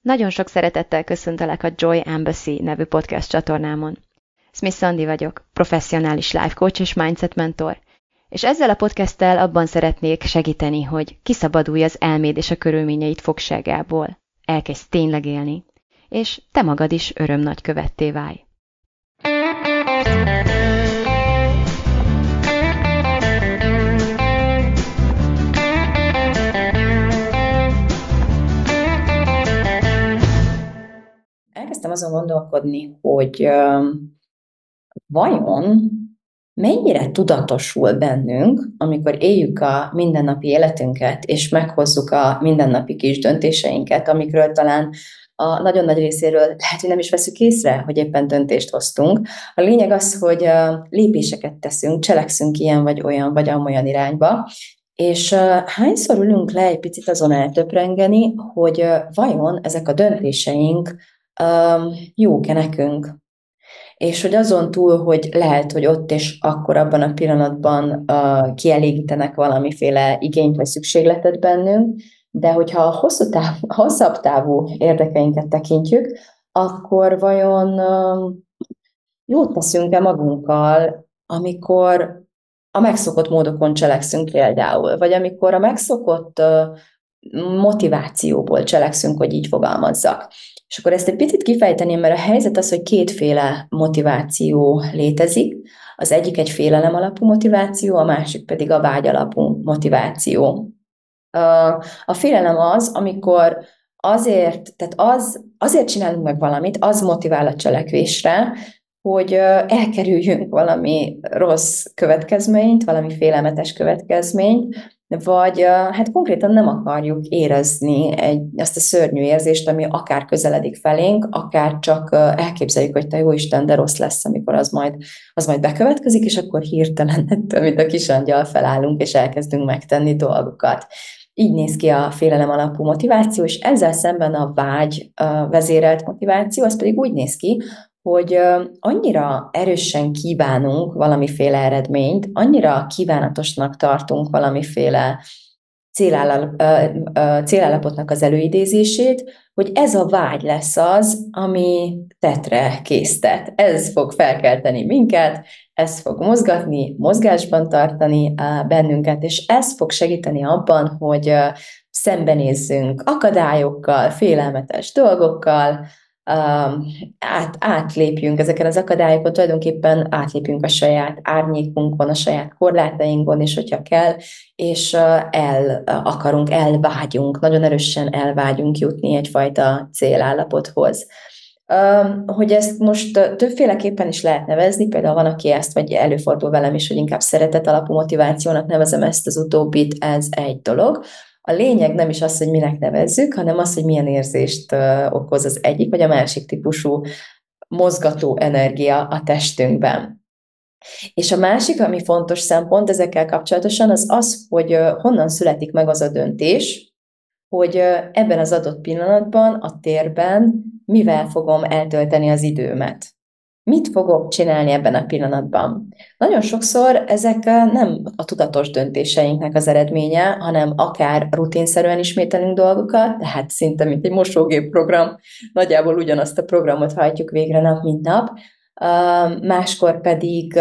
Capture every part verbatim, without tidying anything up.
Nagyon sok szeretettel köszöntelek a Joy Embassy nevű podcast csatornámon. Smith Szandi vagyok, professzionális life coach és mindset mentor, és ezzel a podcasttel abban szeretnék segíteni, hogy kiszabadulj az elméd és a körülményeid fogságából, elkezdj tényleg élni, és te magad is öröm nagykövetté válj. Elkezdtem azon gondolkodni, hogy uh, vajon mennyire tudatosul bennünk, amikor éljük a mindennapi életünket, és meghozzuk a mindennapi kis döntéseinket, amikről talán a nagyon nagy részéről lehet, hogy nem is veszük észre, hogy éppen döntést hoztunk. A lényeg az, hogy uh, lépéseket teszünk, cselekszünk ilyen vagy olyan, vagy amolyan irányba, és uh, hányszor ülünk le egy picit azon eltöprengeni, hogy uh, vajon ezek a döntéseink um, jók-e nekünk? És hogy azon túl, hogy lehet, hogy ott és akkor abban a pillanatban uh, kielégítenek valamiféle igényt vagy szükségletet bennünk, de hogyha a hosszú táv, hosszabb távú érdekeinket tekintjük, akkor vajon uh, jót teszünk-e magunkkal, amikor a megszokott módokon cselekszünk például, vagy amikor a megszokott uh, motivációból cselekszünk, hogy így fogalmazzak. És akkor ezt egy picit kifejteném, mert a helyzet az, hogy kétféle motiváció létezik. Az egyik egy félelem alapú motiváció, a másik pedig a vágy alapú motiváció. A félelem az, amikor azért, tehát az, azért csinálunk meg valamit, az motivál a cselekvésre, hogy elkerüljünk valami rossz következményt, valami félelmetes következményt, vagy hát konkrétan nem akarjuk érezni egy, azt a szörnyű érzést, ami akár közeledik felénk, akár csak elképzeljük, hogy te jóisten, de rossz lesz, amikor az majd, az majd bekövetkezik, és akkor hirtelen ettől, mint a kisangyal felállunk, és elkezdünk megtenni dolgokat. Így néz ki a félelem alapú motiváció, és ezzel szemben a vágy vezérelt motiváció, az pedig úgy néz ki, hogy annyira erősen kívánunk valamiféle eredményt, annyira kívánatosnak tartunk valamiféle célállapotnak az előidézését, hogy ez a vágy lesz az, ami tetre késztet. Ez fog felkelteni minket, ez fog mozgatni, mozgásban tartani bennünket, és ez fog segíteni abban, hogy szembenézzünk akadályokkal, félelmetes dolgokkal, át, átlépjünk ezeken az akadályokon, tulajdonképpen átlépjünk a saját árnyékunkon, a saját korlátainkon, és hogyha kell, és el akarunk, elvágyunk, nagyon erősen elvágyunk jutni egyfajta célállapothoz. Hogy ezt most többféleképpen is lehet nevezni, például van, aki ezt, vagy előfordul velem is, hogy inkább szeretet alapú motivációnak nevezem ezt az utóbbit, ez egy dolog. A lényeg nem is az, hogy minek nevezzük, hanem az, hogy milyen érzést uh, okoz az egyik vagy a másik típusú mozgató energia a testünkben. És a másik, ami fontos szempont ezekkel kapcsolatosan, az az, hogy uh, honnan születik meg az a döntés, hogy uh, ebben az adott pillanatban, a térben mivel fogom eltölteni az időmet. Mit fogok csinálni ebben a pillanatban? Nagyon sokszor ezek nem a tudatos döntéseinknek az eredménye, hanem akár rutinszerűen ismételünk dolgokat, tehát szinte mint egy mosógép program, nagyjából ugyanazt a programot hajtjuk végre nap, mint nap. Máskor pedig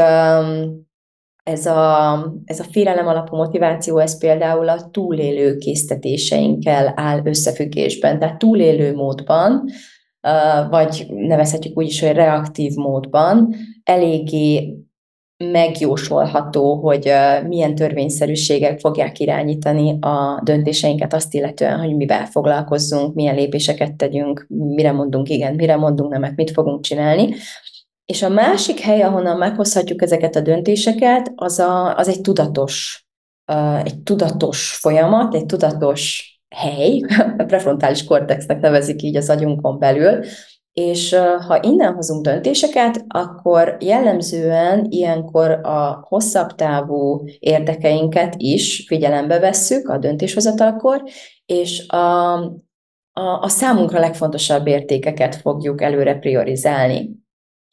ez a, ez a félelem alapú motiváció, ez például a túlélő késztetéseinkkel áll összefüggésben, tehát túlélő módban, vagy nevezhetjük úgy is, hogy reaktív módban, eléggé megjósolható, hogy milyen törvényszerűségek fogják irányítani a döntéseinket azt illetően, hogy mivel foglalkozzunk, milyen lépéseket tegyünk, mire mondunk igen, mire mondunk nemet, mit fogunk csinálni. És a másik hely, ahonnan meghozhatjuk ezeket a döntéseket, az, a, az egy tudatos, egy tudatos folyamat, egy tudatos hely, a prefrontális kortexnek nevezik így az agyunkon belül, és ha innen hozunk döntéseket, akkor jellemzően ilyenkor a hosszabb távú érdekeinket is figyelembe vesszük a döntéshozatalkor, és a, a, a számunkra legfontosabb értékeket fogjuk előre priorizálni.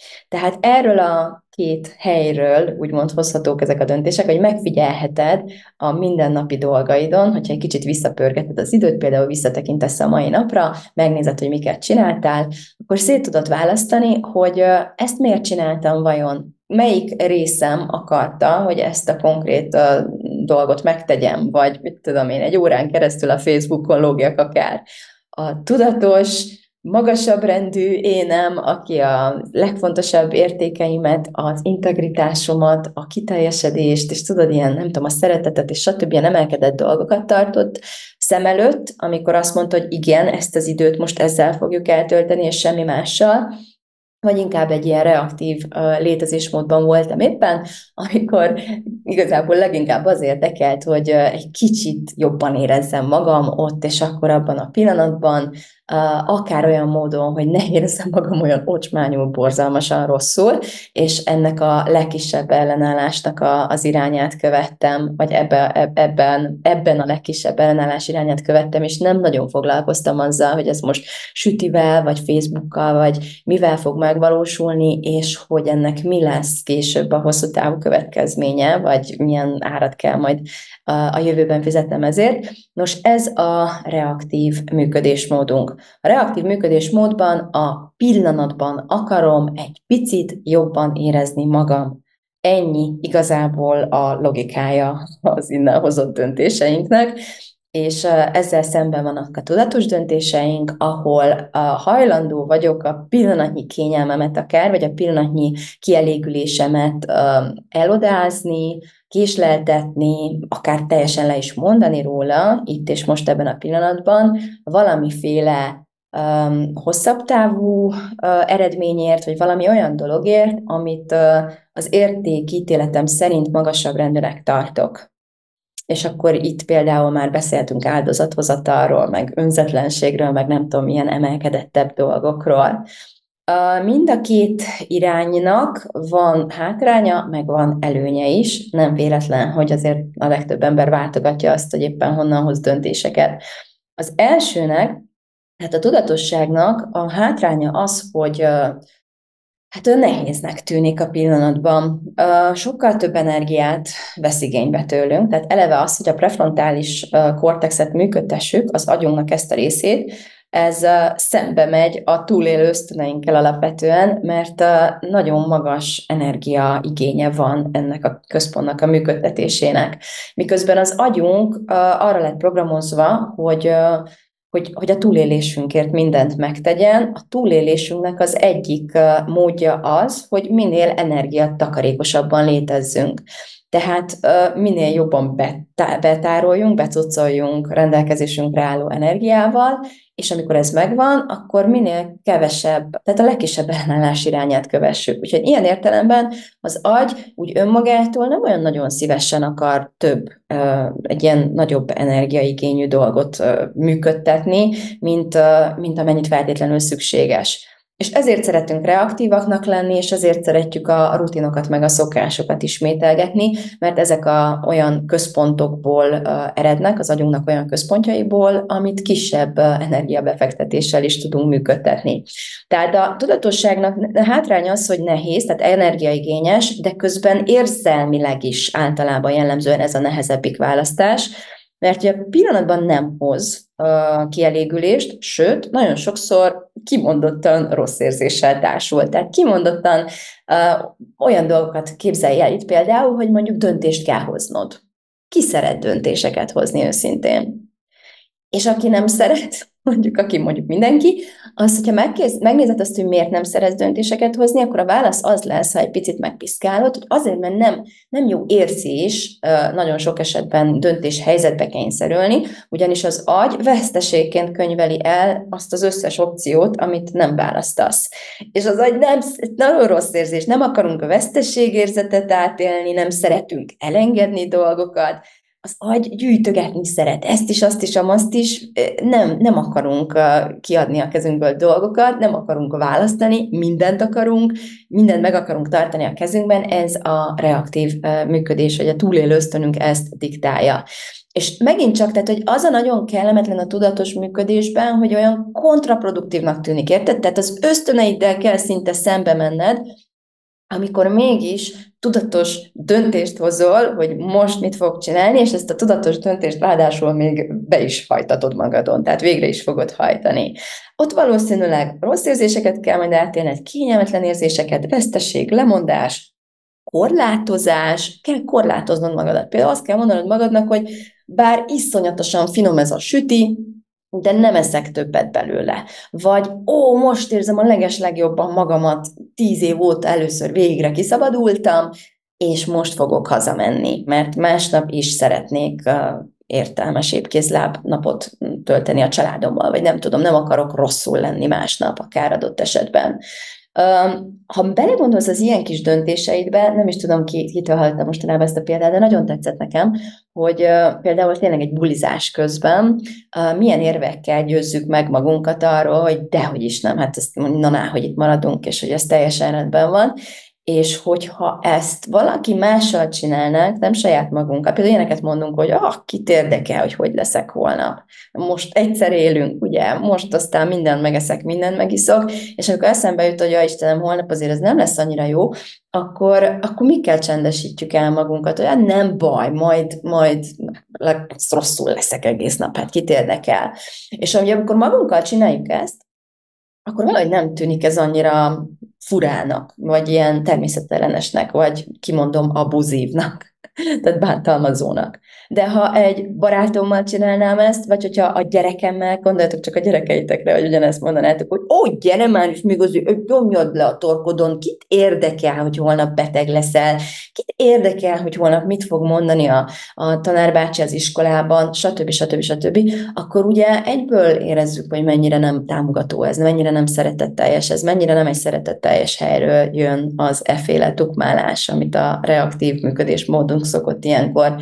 Tehát erről a két helyről úgymond hozhatók ezek a döntések, hogy megfigyelheted a mindennapi dolgaidon, hogyha egy kicsit visszapörgeted az időt, például visszatekintesz a mai napra, megnézed, hogy miket csináltál, akkor szét tudod választani, hogy ezt miért csináltam vajon, melyik részem akarta, hogy ezt a konkrét dolgot megtegyem, vagy mit tudom én, egy órán keresztül a Facebookon lógjak akár. A tudatos, magasabb rendű énem, aki a legfontosabb értékeimet, az integritásomat, a kiteljesedést, és tudod, ilyen, nem tudom, a szeretetet, és stb. Ilyen emelkedett dolgokat tartott szem előtt, amikor azt mondta, hogy igen, ezt az időt most ezzel fogjuk eltölteni, és semmi mással, vagy inkább egy ilyen reaktív uh, létezésmódban voltam éppen, amikor igazából leginkább az érdekelt, hogy uh, egy kicsit jobban érezzem magam ott, és akkor abban a pillanatban, uh, akár olyan módon, hogy ne érezzem magam olyan ocsmányul, borzalmasan rosszul, és ennek a legkisebb ellenállásnak a, az irányát követtem, vagy ebbe, ebben, ebben a legkisebb ellenállás irányát követtem, és nem nagyon foglalkoztam azzal, hogy ez most sütivel, vagy Facebookkal, vagy mivel fog megvalósulni, és hogy ennek mi lesz később a hosszú távú következménye, vagy milyen árat kell majd a jövőben fizetnem ezért. Nos, ez a reaktív működésmódunk. A reaktív működésmódban a pillanatban akarom egy picit jobban érezni magam. Ennyi igazából a logikája az innen hozott döntéseinknek, és ezzel szemben vannak a tudatos döntéseink, ahol a hajlandó vagyok a pillanatnyi kényelmemet akár, vagy a pillanatnyi kielégülésemet elodázni, késleltetni, akár teljesen le is mondani róla, itt és most ebben a pillanatban, valamiféle um, hosszabb távú uh, eredményért, vagy valami olyan dologért, amit uh, az értékítéletem szerint magasabb rendűnek tartok. És akkor itt például már beszéltünk áldozathozatalról, meg önzetlenségről, meg nem tudom, milyen emelkedettebb dolgokról. Mind a két iránynak van hátránya, meg van előnye is. Nem véletlen, hogy azért a legtöbb ember váltogatja azt, hogy éppen honnan hoz döntéseket. Az elsőnek, hát a tudatosságnak a hátránya az, hogy hát ő nehéznek tűnik a pillanatban. Sokkal több energiát vesz igénybe tőlünk, tehát eleve az, hogy a prefrontális kortexet működtessük, az agyunknak ezt a részét, ez szembe megy a túlélő ösztöneinkkel alapvetően, mert nagyon magas energia igénye van ennek a központnak a működtetésének. Miközben az agyunk arra lett programozva, hogy Hogy, hogy a túlélésünkért mindent megtegyen. A túlélésünknek az egyik módja az, hogy minél energiatakarékosabban létezzünk. Tehát minél jobban betároljunk, becucoljunk rendelkezésünkre álló energiával, és amikor ez megvan, akkor minél kevesebb, tehát a legkisebb ellenállás irányát kövessük. Úgyhogy ilyen értelemben az agy úgy önmagától nem olyan nagyon szívesen akar több, egy ilyen nagyobb energiaigényű dolgot működtetni, mint, mint amennyit feltétlenül szükséges. És ezért szeretünk reaktívaknak lenni, és ezért szeretjük a rutinokat meg a szokásokat ismételgetni, mert ezek a, olyan központokból uh, erednek, az agyunknak olyan központjaiból, amit kisebb uh, energiabefektetéssel is tudunk működtetni. Tehát a tudatosságnak a hátránya az, hogy nehéz, tehát energiaigényes, de közben érzelmileg is általában jellemzően ez a nehezebbik választás, mert ugye pillanatban nem hoz uh, kielégülést, sőt, nagyon sokszor kimondottan rossz érzéssel társul. Tehát kimondottan uh, olyan dolgokat képzelj el itt például, hogy mondjuk döntést kell hoznod. Ki szeret döntéseket hozni őszintén? És aki nem szeret, mondjuk aki mondjuk mindenki, az, hogyha megkéz, megnézed azt, hogy miért nem szeretsz döntéseket hozni, akkor a válasz az lesz, ha egy picit megpiszkálod, hogy azért, mert nem, nem jó érzés nagyon sok esetben döntés helyzetbe kényszerülni, ugyanis az agy veszteségként könyveli el azt az összes opciót, amit nem választasz. És az agy nem, nagyon rossz érzés, nem akarunk a veszteségérzetet átélni, nem szeretünk elengedni dolgokat, az agy gyűjtögetni szeret, ezt is, azt is, amazt is, nem, nem akarunk kiadni a kezünkből dolgokat, nem akarunk választani, mindent akarunk, mindent meg akarunk tartani a kezünkben, ez a reaktív működés, vagy a túlélő ösztönünk ezt diktálja. És megint csak, tehát, hogy az a nagyon kellemetlen a tudatos működésben, hogy olyan kontraproduktívnak tűnik, érted? Tehát az ösztöneiddel kell szinte szembe menned, amikor mégis tudatos döntést hozol, hogy most mit fog csinálni, és ezt a tudatos döntést ráadásul még be is hajtatod magadon, tehát végre is fogod hajtani. Ott valószínűleg rossz érzéseket kell majd átélned, kényelmetlen érzéseket, veszteség, lemondás, korlátozás, kell korlátoznod magadat. Például azt kell mondanod magadnak, hogy bár iszonyatosan finom ez a süti, de nem eszek többet belőle. Vagy, ó, most érzem a legeslegjobban magamat, tíz év óta először végre kiszabadultam, és most fogok hazamenni, mert másnap is szeretnék uh, értelmes épkézláb napot tölteni a családommal, vagy nem tudom, nem akarok rosszul lenni másnap, akár adott esetben. Ha belegondolsz az ilyen kis döntéseidbe, nem is tudom, ki, kitől hallottam mostanában ezt a példát, de nagyon tetszett nekem, hogy például tényleg egy bulizás közben milyen érvekkel győzzük meg magunkat arról, hogy dehogy is nem, hát ezt na, na, hogy itt maradunk, és hogy ez teljesen rendben van, és hogyha ezt valaki mással csinálnánk, nem saját magunkkal, például ilyeneket mondunk, hogy ah, kit érdekel, hogy hogy leszek holnap. Most egyszer élünk, ugye, most aztán mindent megeszek, mindent megiszok, és amikor eszembe jut, hogy ja Istenem, holnap azért ez nem lesz annyira jó, akkor, akkor mikkel csendesítjük el magunkat, hogy hát nem baj, majd, majd rosszul leszek egész nap, hát kit érdekel. És amikor magunkkal csináljuk ezt, akkor valahogy nem tűnik ez annyira furának, vagy ilyen természetellenesnek, vagy kimondom abuzívnak, tehát bántalmazónak. De ha egy barátommal csinálnám ezt, vagy hogyha a gyerekemmel, gondoljatok csak a gyerekeitekre, hogy ugyanezt mondanátok, hogy ó, gyere már, és még az ő nyomjad le a torkodon, kit érdekel, hogy holnap beteg leszel, kit érdekel, hogy holnap mit fog mondani a, a tanárbácsi az iskolában, stb. stb. stb. Akkor ugye egyből érezzük, hogy mennyire nem támogató ez, mennyire nem szeretetteljes ez, mennyire nem egy szeretetteljes helyről jön az efféle tukmálás, amit a reaktív működésmódunk szokott ilyenkor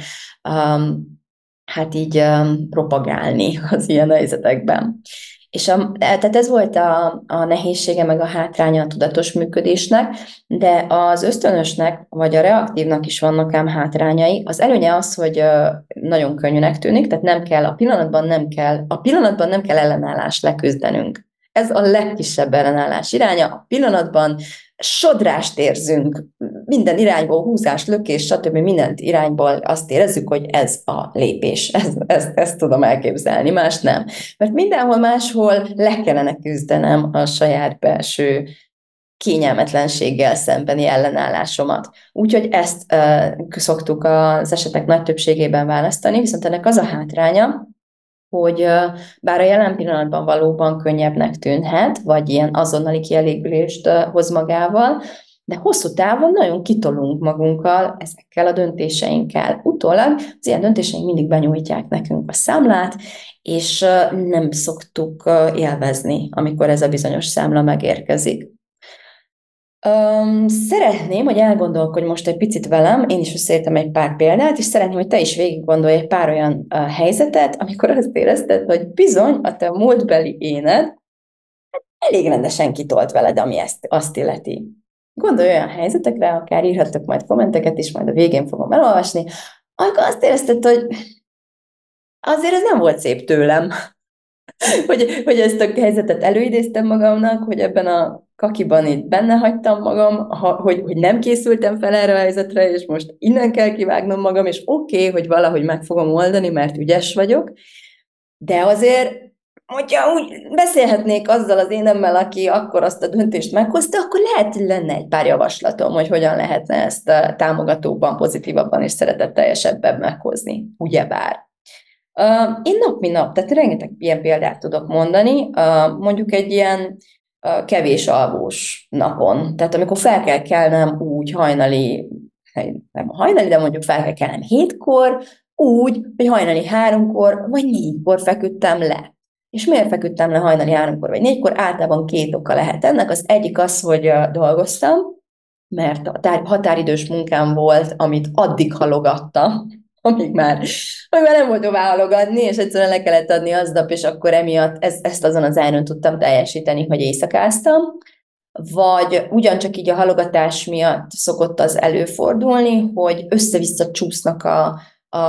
um, hát így um, propagálni az ilyen helyzetekben. És a, tehát ez volt a, a nehézsége, meg a hátránya a tudatos működésnek, de az ösztönösnek, vagy a reaktívnak is vannak ám hátrányai. Az előnye az, hogy nagyon könnyűnek tűnik, tehát nem kell, a pillanatban nem kell, a pillanatban nem kell ellenállást leküzdenünk. Ez a legkisebb ellenállás iránya. A pillanatban sodrást érzünk, minden irányból húzás, lökés, stb. Mindent irányból azt érezzük, hogy ez a lépés. Ez, ezt, ezt tudom elképzelni, más nem. Mert mindenhol máshol le kellene küzdenem a saját belső kényelmetlenséggel szembeni ellenállásomat. Úgyhogy ezt uh, szoktuk az esetek nagy többségében választani, viszont ennek az a hátránya, hogy bár a jelen pillanatban valóban könnyebbnek tűnhet, vagy ilyen azonnali kielégülést hoz magával, de hosszú távon nagyon kitolunk magunkkal ezekkel a döntéseinkkel. Utólag az ilyen döntéseink mindig benyújtják nekünk a számlát, és nem szoktuk élvezni, amikor ez a bizonyos számla megérkezik. Um, szeretném, hogy elgondolkodj most egy picit velem, én is összeértem egy pár példát, és szeretném, hogy te is végig gondolj egy pár olyan uh, helyzetet, amikor azt érezted, hogy bizony a te múltbeli éned elég rendesen kitolt veled, ami ezt, azt illeti. Gondolj olyan helyzetekre, akár írhattok majd kommenteket is, majd a végén fogom elolvasni, amikor azt érezted, hogy azért ez nem volt szép tőlem, hogy, hogy ezt a helyzetet előidéztem magamnak, hogy ebben a kakiban itt benne hagytam magam, ha, hogy, hogy nem készültem fel erre a helyzetre, és most innen kell kivágnom magam, és oké, okay, hogy valahogy meg fogom oldani, mert ügyes vagyok, de azért, hogyha úgy beszélhetnék azzal az énemmel, aki akkor azt a döntést meghozta, akkor lehet, hogy lenne egy pár javaslatom, hogy hogyan lehetne ezt támogatóbban, pozitívabban és szeretetteljesebben meghozni, ugyebár. Uh, én nap, mint nap, tehát rengeteg ilyen példát tudok mondani, uh, mondjuk egy ilyen uh, kevés alvós napon, tehát amikor fel kell kelnem úgy hajnali, nem hajnali, de mondjuk fel kell kelnem hétkor, úgy, hogy hajnali háromkor vagy négykor feküdtem le. És miért feküdtem le hajnali háromkor vagy négykor? Általában két oka lehet ennek. Az egyik az, hogy uh, dolgoztam, mert a tár- határidős munkám volt, amit addig halogattam, amíg már, amíg már nem volt hová halogatni, és egyszerűen le kellett adni aznap, és akkor emiatt ez, ezt azon az áron tudtam teljesíteni, hogy éjszakáztam. Vagy ugyancsak így a halogatás miatt szokott az előfordulni, hogy össze-vissza csúsznak a,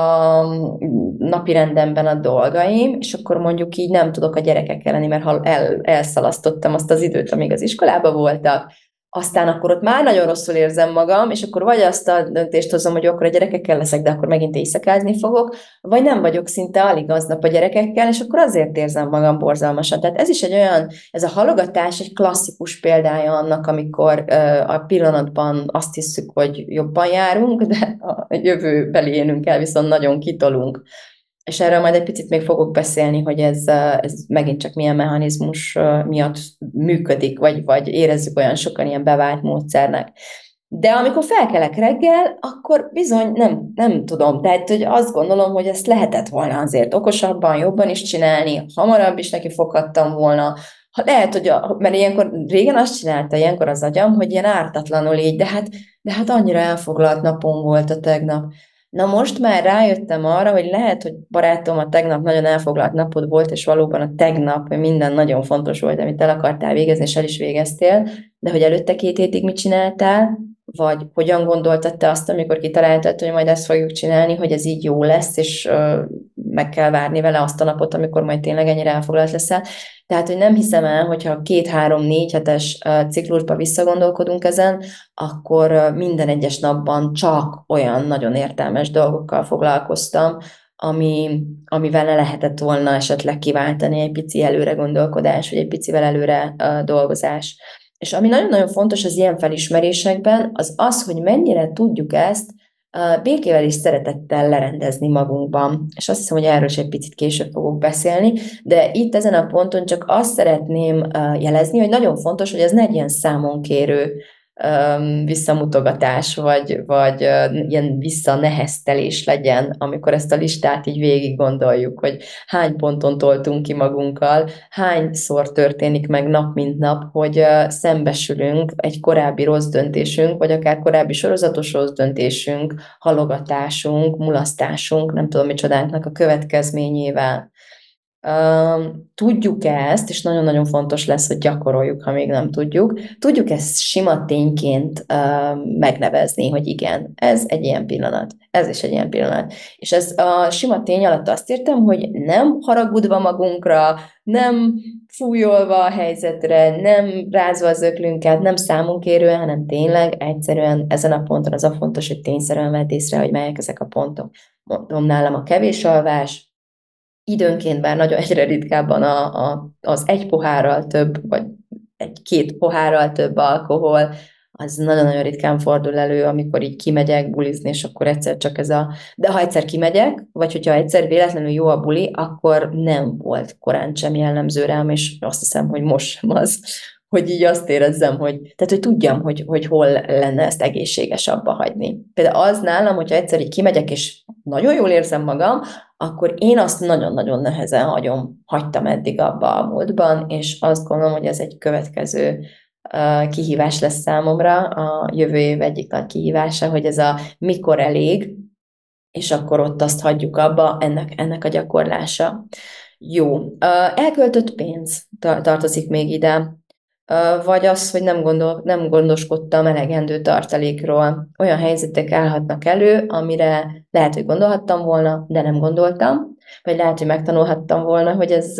a napi rendemben a dolgaim, és akkor mondjuk így nem tudok a gyerekekkel lenni, mert el, elszalasztottam azt az időt, amíg az iskolában voltak, aztán akkor ott már nagyon rosszul érzem magam, és akkor vagy azt a döntést hozom, hogy akkor a gyerekekkel leszek, de akkor megint éjszakázni fogok, vagy nem vagyok szinte alig aznap a gyerekekkel, és akkor azért érzem magam borzalmasan. Tehát ez is egy olyan, ez a halogatás egy klasszikus példája annak, amikor uh, a pillanatban azt hiszük, hogy jobban járunk, de a jövőbeli énünkkel viszont nagyon kitolunk. És erről majd egy picit még fogok beszélni, hogy ez, ez megint csak milyen mechanizmus miatt működik, vagy, vagy érezzük olyan sokan ilyen bevált módszernek. De amikor felkelek reggel, akkor bizony nem, nem tudom. Tehát hogy azt gondolom, hogy ezt lehetett volna azért okosabban, jobban is csinálni, hamarabb is neki foghattam volna. Ha lehet, hogy a, mert ilyenkor régen azt csinálta ilyenkor az agyam, hogy ilyen ártatlanul így, de hát, de hát annyira elfoglalt napom volt a tegnap. Na most már rájöttem arra, hogy lehet, hogy barátom, a tegnap nagyon elfoglalt napod volt, és valóban a tegnap minden nagyon fontos volt, amit el akartál végezni, és el is végeztél, de hogy előtte két hétig mit csináltál, vagy hogyan gondoltad te azt, amikor kitaláltad, hogy majd ezt fogjuk csinálni, hogy ez így jó lesz, és uh, meg kell várni vele azt a napot, amikor majd tényleg ennyire elfoglalt leszel. Tehát, hogy nem hiszem el, hogyha két-három-négy hetes uh, ciklusba visszagondolkodunk ezen, akkor uh, minden egyes napban csak olyan nagyon értelmes dolgokkal foglalkoztam, ami, amivel ne lehetett volna esetleg kiváltani egy pici előre gondolkodás, vagy egy picivel előre uh, dolgozás. És ami nagyon-nagyon fontos az ilyen felismerésekben, az az, hogy mennyire tudjuk ezt uh, békével és szeretettel lerendezni magunkban. És azt hiszem, hogy erről is egy picit később fogok beszélni, de itt ezen a ponton csak azt szeretném uh, jelezni, hogy nagyon fontos, hogy ez ne egy ilyen számonkérő um, visszamutogatás, vagy, vagy uh, ilyen visszaneheztelés legyen, amikor ezt a listát így végig gondoljuk, hogy hány ponton toltunk ki magunkkal, hányszor történik meg nap mint nap, hogy uh, szembesülünk egy korábbi rossz döntésünk, vagy akár korábbi sorozatos rossz döntésünk, halogatásunk, mulasztásunk, nem tudom micsodánknak a következményével. Uh, tudjuk ezt, és nagyon-nagyon fontos lesz, hogy gyakoroljuk, ha még nem tudjuk. Tudjuk ezt sima tényként uh, megnevezni, hogy igen, ez egy ilyen pillanat, ez is egy ilyen pillanat. És ez a sima tény alatt azt értem, hogy nem haragudva magunkra, nem fújolva a helyzetre, nem rázva az öklünket, nem számunkérően, hanem tényleg egyszerűen ezen a ponton az a fontos, hogy tényszerűen vedd észre, hogy melyek ezek a pontok. Mondom, nálam a kevés alvás, időnként bár nagyon egyre ritkábban a, a, az egy pohárral több, vagy egy-két pohárral több alkohol, az nagyon-nagyon ritkán fordul elő, amikor így kimegyek bulizni, és akkor egyszer csak ez a... De ha egyszer kimegyek, vagy hogyha egyszer véletlenül jó a buli, akkor nem volt korán sem jellemző rám, és azt hiszem, hogy most sem az, hogy így azt érezzem, hogy, tehát, hogy tudjam, hogy, hogy hol lenne ezt egészséges abba hagyni. Például az nálam, hogyha egyszer így kimegyek, és nagyon jól érzem magam, akkor én azt nagyon-nagyon nehezen hagyom, hagytam eddig abba a múltban, és azt gondolom, hogy ez egy következő uh, kihívás lesz számomra, a jövő év egyik nagy kihívása, hogy ez a mikor elég, és akkor ott azt hagyjuk abba, ennek, ennek a gyakorlása. Jó, uh, elköltött pénz tartozik még ide, vagy az, hogy nem, gondol, nem gondoskodtam elegendő tartalékról. Olyan helyzetek állhatnak elő, amire lehet, hogy gondolhattam volna, de nem gondoltam, vagy lehet, hogy megtanulhattam volna, hogy ez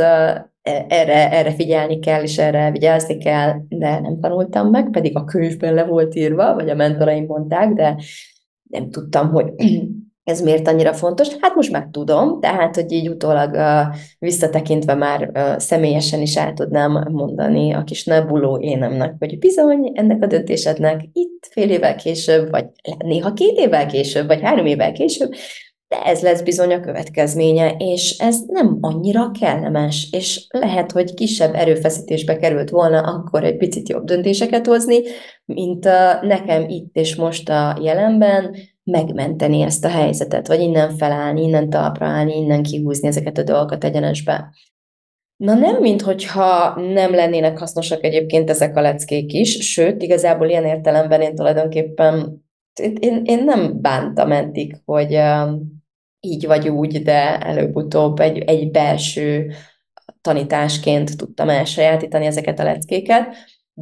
erre, erre figyelni kell, és erre vigyázni kell, de nem tanultam meg, pedig a könyvben le volt írva, vagy a mentoraim mondták, de nem tudtam, hogy ez miért annyira fontos? Hát most már tudom, tehát, hogy így utólag uh, visszatekintve már uh, személyesen is el tudnám mondani a kis nebuló énemnek, hogy bizony ennek a döntésednek itt fél évvel később, vagy néha két évvel később, vagy három évvel később, de ez lesz bizony a következménye, és ez nem annyira kellemes, és lehet, hogy kisebb erőfeszítésbe került volna akkor egy picit jobb döntéseket hozni, mint uh, nekem itt és most a jelenben, megmenteni ezt a helyzetet, vagy innen felállni, innen talpra állni, innen kihúzni ezeket a dolgokat egyenesbe. Na nem, minthogyha nem lennének hasznosak egyébként ezek a leckék is, sőt, igazából ilyen értelemben én tulajdonképpen, én, én nem bántam eddig, hogy, így vagy úgy, de előbb-utóbb egy, egy belső tanításként tudtam elsajátítani ezeket a leckéket,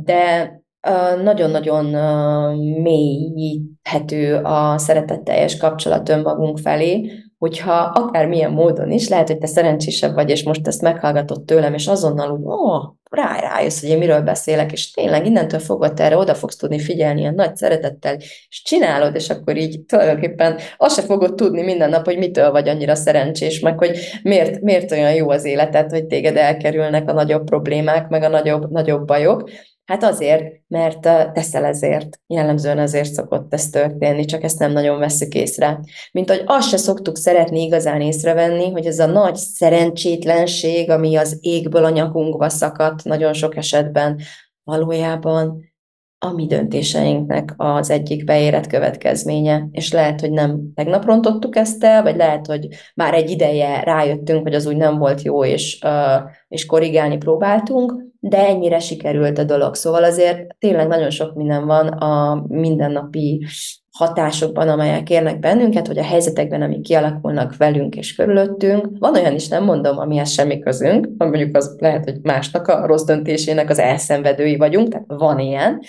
de uh, nagyon-nagyon uh, mélyíthető a szeretetteljes kapcsolat önmagunk felé, hogyha akármilyen módon is, lehet, hogy te szerencsésebb vagy, és most ezt meghallgatod tőlem, és azonnal úgy, ó, oh, rá, rájössz, hogy én miről beszélek, és tényleg innentől fogva te erre oda fogsz tudni figyelni ilyen nagy szeretettel, és csinálod, és akkor így tulajdonképpen azt se fogod tudni minden nap, hogy mitől vagy annyira szerencsés, meg hogy miért, miért olyan jó az életed, hogy téged elkerülnek a nagyobb problémák, meg a nagyobb, nagyobb bajok. Hát azért, mert teszel ezért, jellemzően ezért szokott ez történni, csak ezt nem nagyon vesszük észre. Mint hogy azt se szoktuk szeretni igazán észrevenni, hogy ez a nagy szerencsétlenség, ami az égből a nyakunkba szakadt nagyon sok esetben, valójában a mi döntéseinknek az egyik beérett következménye. És lehet, hogy nem tegnap rontottuk ezt el, vagy lehet, hogy már egy ideje rájöttünk, hogy az úgy nem volt jó, és, uh, és korrigálni próbáltunk, de ennyire sikerült a dolog. Szóval azért tényleg nagyon sok minden van a mindennapi hatásokban, amelyek érnek bennünket, hogy a helyzetekben, amik kialakulnak velünk és körülöttünk. Van olyan is, nem mondom, amihez semmi közünk, mondjuk az lehet, hogy másnak a rossz döntésének az elszenvedői vagyunk, tehát van ilyen,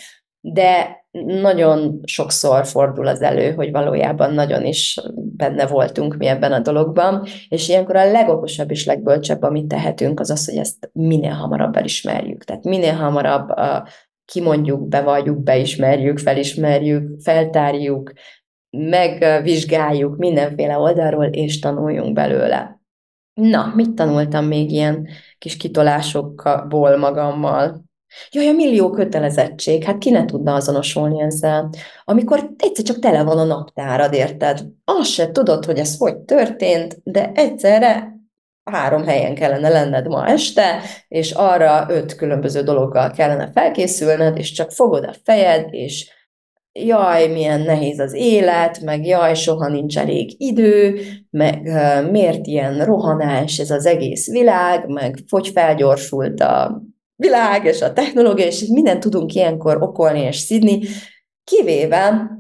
de nagyon sokszor fordul az elő, hogy valójában nagyon is benne voltunk mi ebben a dologban, és ilyenkor a legokosabb és legbölcsebb, amit tehetünk, az az, hogy ezt minél hamarabb elismerjük. Tehát minél hamarabb uh, kimondjuk, bevalljuk, beismerjük, felismerjük, feltárjuk, megvizsgáljuk mindenféle oldalról, és tanuljunk belőle. Na, mit tanultam még ilyen kis kitolásokból magammal? Jaj, a millió kötelezettség, hát ki ne tudna azonosulni ezzel. Amikor egyszer csak tele van a naptárad, érted? Azt se tudod, hogy ez hogy történt, de egyszerre három helyen kellene lenned ma este, és arra öt különböző dologgal kellene felkészülned, és csak fogod a fejed, és jaj, milyen nehéz az élet, meg jaj, soha nincs elég idő, meg uh, miért ilyen rohanás ez az egész világ, meg hogy felgyorsult a világ és a technológia, és mindent tudunk ilyenkor okolni és szidni, kivéve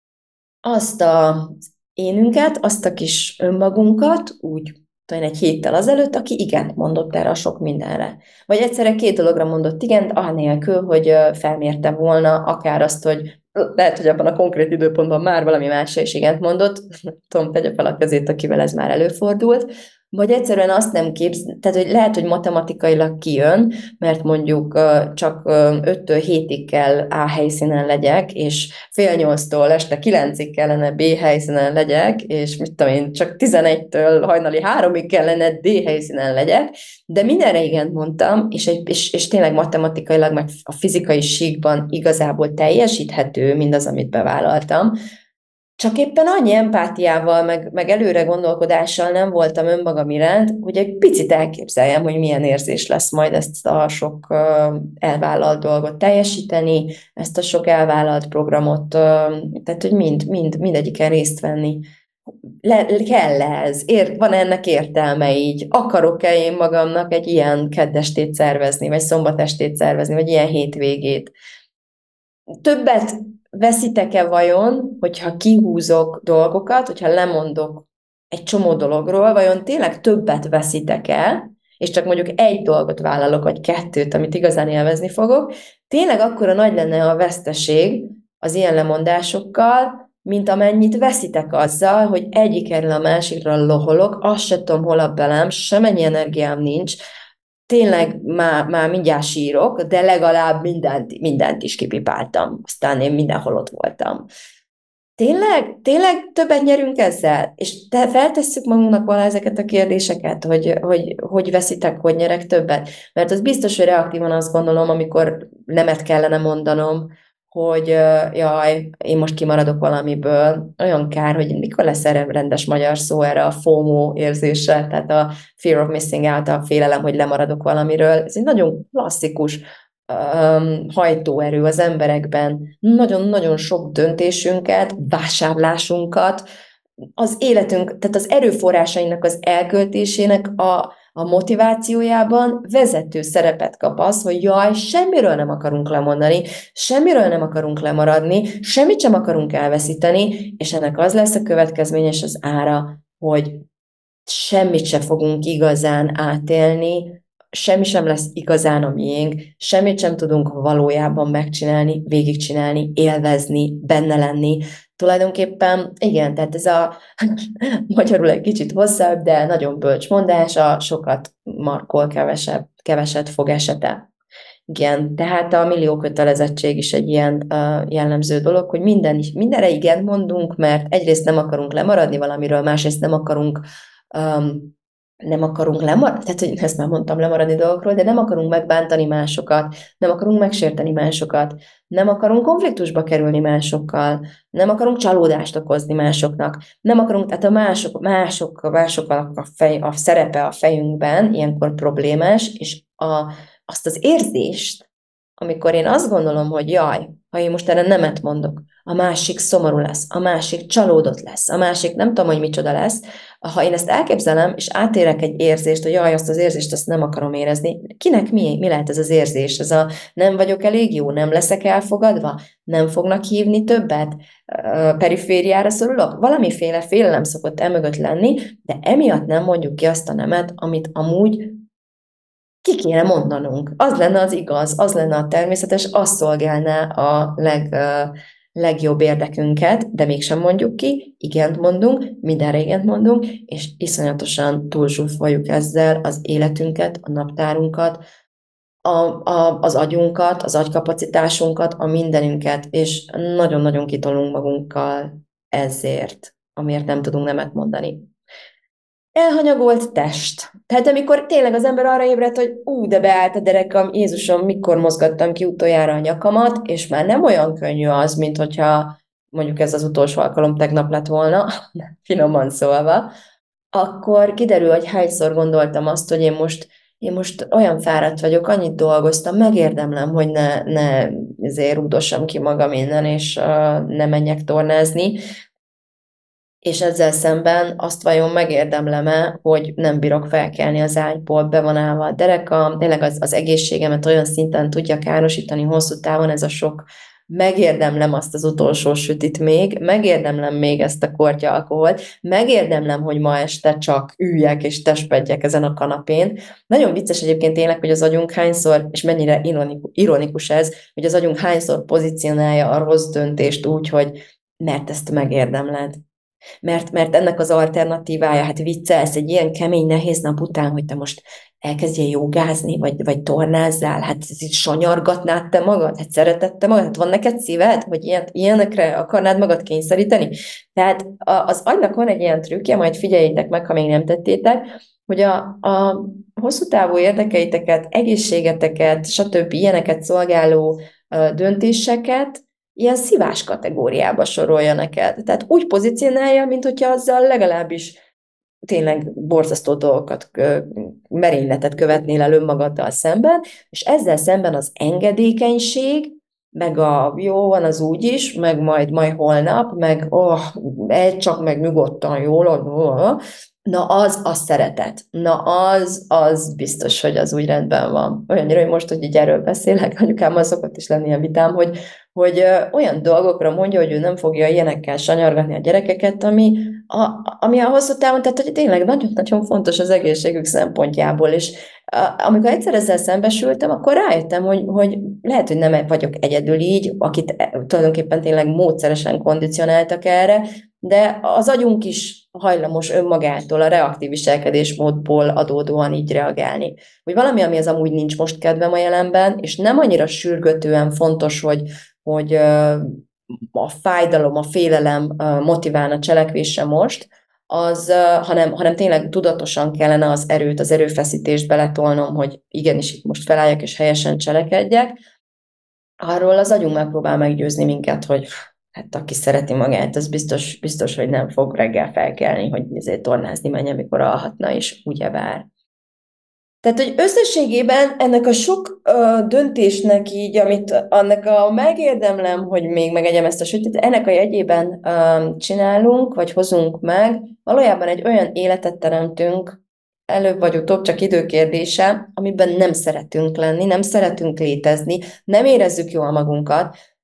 azt az énünket, azt a kis önmagunkat, úgy talán egy héttel azelőtt, aki igent mondott erre a sok mindenre. Vagy egyszerre két dologra mondott igent, anélkül, hogy felmérte volna akár azt, hogy lehet, hogy abban a konkrét időpontban már valami másra is igent mondott, Tom, tegye fel a kezét, akivel ez már előfordult, vagy egyszerűen azt nem képz, tehát hogy lehet, hogy matematikailag kijön, mert mondjuk csak öttől hétig kell A helyszínen legyek, és fél nyolctól este kilencig kellene B helyszínen legyek, és mit tudom én, csak tizenegytől hajnali háromig kellene D helyszínen legyek, de mindenre igent mondtam, és, egy, és, és tényleg matematikailag, meg a fizikai síkban igazából teljesíthető mindaz, amit bevállaltam, csak éppen annyi empátiával, meg, meg előre gondolkodással nem voltam önmagam iránt, hogy egy picit elképzeljem, hogy milyen érzés lesz majd ezt a sok uh, elvállalt dolgot teljesíteni, ezt a sok elvállalt programot, uh, tehát hogy mind, mind, mindegyiken részt venni. Le, kell ez? Ér, van ennek értelme így? Akarok-e én magamnak egy ilyen keddestét szervezni, vagy szombatestét szervezni, vagy ilyen hétvégét? Többet veszitek-e vajon, hogyha kihúzok dolgokat, hogyha lemondok egy csomó dologról, vajon tényleg többet veszitek el, és csak mondjuk egy dolgot vállalok, vagy kettőt, amit igazán élvezni fogok, tényleg akkora nagy lenne a veszteség az ilyen lemondásokkal, mint amennyit veszitek azzal, hogy egyik erről a másikra loholok, azt se tudom, hol a belem, semennyi energiám nincs, tényleg már, már mindjárt sírok, de legalább mindent, mindent is kipipáltam. Aztán én mindenhol ott voltam. Tényleg? Tényleg többet nyerünk ezzel? És te feltesszük magunknak vala ezeket a kérdéseket, hogy, hogy hogy veszitek, hogy nyerek többet? Mert az biztos, hogy reaktívan azt gondolom, amikor nemet kellene mondanom, hogy jaj, én most kimaradok valamiből, olyan kár, hogy mikor lesz erre rendes magyar szó erre a FOMO érzésre, tehát a fear of missing out, a félelem, hogy lemaradok valamiről. Ez egy nagyon klasszikus um, hajtóerő az emberekben. Nagyon-nagyon sok döntésünket, vásárlásunkat, az életünk, tehát az erőforrásainak az elköltésének a, a motivációjában vezető szerepet kap az, hogy jaj, semmiről nem akarunk lemondani, semmiről nem akarunk lemaradni, semmit sem akarunk elveszíteni, és ennek az lesz a következménye és az ára, hogy semmit se fogunk igazán átélni, semmi sem lesz igazán a miénk, semmit sem tudunk valójában megcsinálni, végigcsinálni, élvezni, benne lenni. Tulajdonképpen igen, tehát ez a magyarul egy kicsit hosszabb, de nagyon bölcs mondás, a sokat markol, kevesebb, keveset fog esete. Igen, tehát a millió kötelezettség is egy ilyen uh, jellemző dolog, hogy minden, mindenre igen mondunk, mert egyrészt nem akarunk lemaradni valamiről, másrészt nem akarunk um, nem akarunk lemaradni, tehát hogy ezt már mondtam lemaradni dolgokról, de nem akarunk megbántani másokat, nem akarunk megsérteni másokat, nem akarunk konfliktusba kerülni másokkal, nem akarunk csalódást okozni másoknak, nem akarunk, tehát a mások, mások, mások a, fej, a szerepe a fejünkben ilyenkor problémás, és a azt az érzést, amikor én azt gondolom, hogy jaj, ha én most erre nemet mondok, a másik szomorú lesz, a másik csalódott lesz, a másik nem tudom, hogy micsoda lesz, ha én ezt elképzelem, és átérek egy érzést, hogy jaj, azt az érzést azt nem akarom érezni, kinek mi, mi lehet ez az érzés? Ez a nem vagyok elég jó, nem leszek elfogadva, nem fognak hívni többet, perifériára szorulok? Valamiféle félelem szokott emögött lenni, de emiatt nem mondjuk ki azt a nemet, amit amúgy ki kéne mondanunk. Az lenne az igaz, az lenne a természetes, az szolgálná a leg, uh, legjobb érdekünket, de mégsem mondjuk ki, igent mondunk, mindenre igent mondunk, és iszonyatosan túlzsúfoljuk ezzel az életünket, a naptárunkat, a, a, az agyunkat, az agykapacitásunkat, a mindenünket, és nagyon-nagyon kitolunk magunkkal ezért, amiért nem tudunk nemet mondani. Elhanyagolt test. Tehát amikor tényleg az ember arra ébredt, hogy ú, de beállt a derekam, Jézusom, mikor mozgattam ki utoljára a nyakamat, és már nem olyan könnyű az, mint hogyha mondjuk ez az utolsó alkalom tegnap lett volna, finoman szólva, akkor kiderül, hogy hányszor gondoltam azt, hogy én most, én most olyan fáradt vagyok, annyit dolgoztam, megérdemlem, hogy ne, ne ezért rúdossam ki magam innen, és uh, ne menjek tornázni, és ezzel szemben azt vajon megérdemlem-e, hogy nem bírok felkelni az ágyból, be van állva a derekam, tényleg az, az egészségemet olyan szinten tudja károsítani hosszú távon ez a sok, megérdemlem azt az utolsó sütit még, megérdemlem még ezt a kortya alkoholt, megérdemlem, hogy ma este csak üljek és testpedjek ezen a kanapén. Nagyon vicces egyébként tényleg, hogy az agyunk hányszor, és mennyire ironikus, ironikus ez, hogy az agyunk hányszor pozícionálja a rossz döntést úgy, hogy mert ezt megérdemled. Mert, mert ennek az alternatívája, hát viccelsz egy ilyen kemény, nehéz nap után, hogy te most elkezdjél jogázni, vagy, vagy tornázzál, hát így sanyargatnád te magad, hát szereted te magad, hát van neked szíved, hogy ilyen, ilyenekre akarnád magad kényszeríteni? Tehát az agynak van egy ilyen trükkje, majd figyeljétek meg, ha még nem tettétek, hogy a, a hosszú távú érdekeiteket, egészségeteket, stb. Ilyeneket szolgáló döntéseket ilyen szívás kategóriába sorolja neked. Tehát úgy pozícionálja, mint hogyha azzal legalábbis tényleg borzasztó dolgokat, merényletet követnél el önmagaddal szemben, és ezzel szemben az engedékenység, meg a jó van az úgy is, meg majd, majd holnap, meg oh, egy csak meg nyugodtan jól, oh, na az a szeretet. Na az, az biztos, hogy az úgy rendben van. Olyannyira, hogy most, hogy így erről beszélek, anyukámmal szokott is lenni a vitám, hogy, hogy olyan dolgokra mondja, hogy ő nem fogja ilyenekkel sanyargatni a gyerekeket, ami a, ami a hosszú távon, tehát hogy tényleg nagyon-nagyon fontos az egészségük szempontjából, és amikor egyszer ezzel szembesültem, akkor rájöttem, hogy, hogy lehet, hogy nem vagyok egyedül így, akit tulajdonképpen tényleg módszeresen kondicionáltak erre, de az agyunk is hajlamos önmagától, a reaktív viselkedésmódból adódóan így reagálni. Hogy valami, ami az amúgy nincs most kedvem a jelenben, és nem annyira sürgőtően fontos, hogy, hogy a fájdalom, a félelem motiválna a cselekvésre most, az, hanem, hanem tényleg tudatosan kellene az erőt, az erőfeszítést beletolnom, hogy igenis itt most felálljak és helyesen cselekedjek. Arról az agyunk megpróbál meggyőzni minket, hogy hát aki szereti magát, az biztos, biztos hogy nem fog reggel felkelni, hogy ezért tornázni menjen, amikor alhatna, és ugyebár. Tehát, hogy összességében ennek a sok uh, döntésnek így, amit annak a megérdemlem, hogy még megegyem ezt a sütit, ennek a jegyében uh, csinálunk, vagy hozunk meg, valójában egy olyan életet teremtünk, előbb vagy utóbb csak időkérdése, amiben nem szeretünk lenni, nem szeretünk létezni, nem érezzük jól magunkat,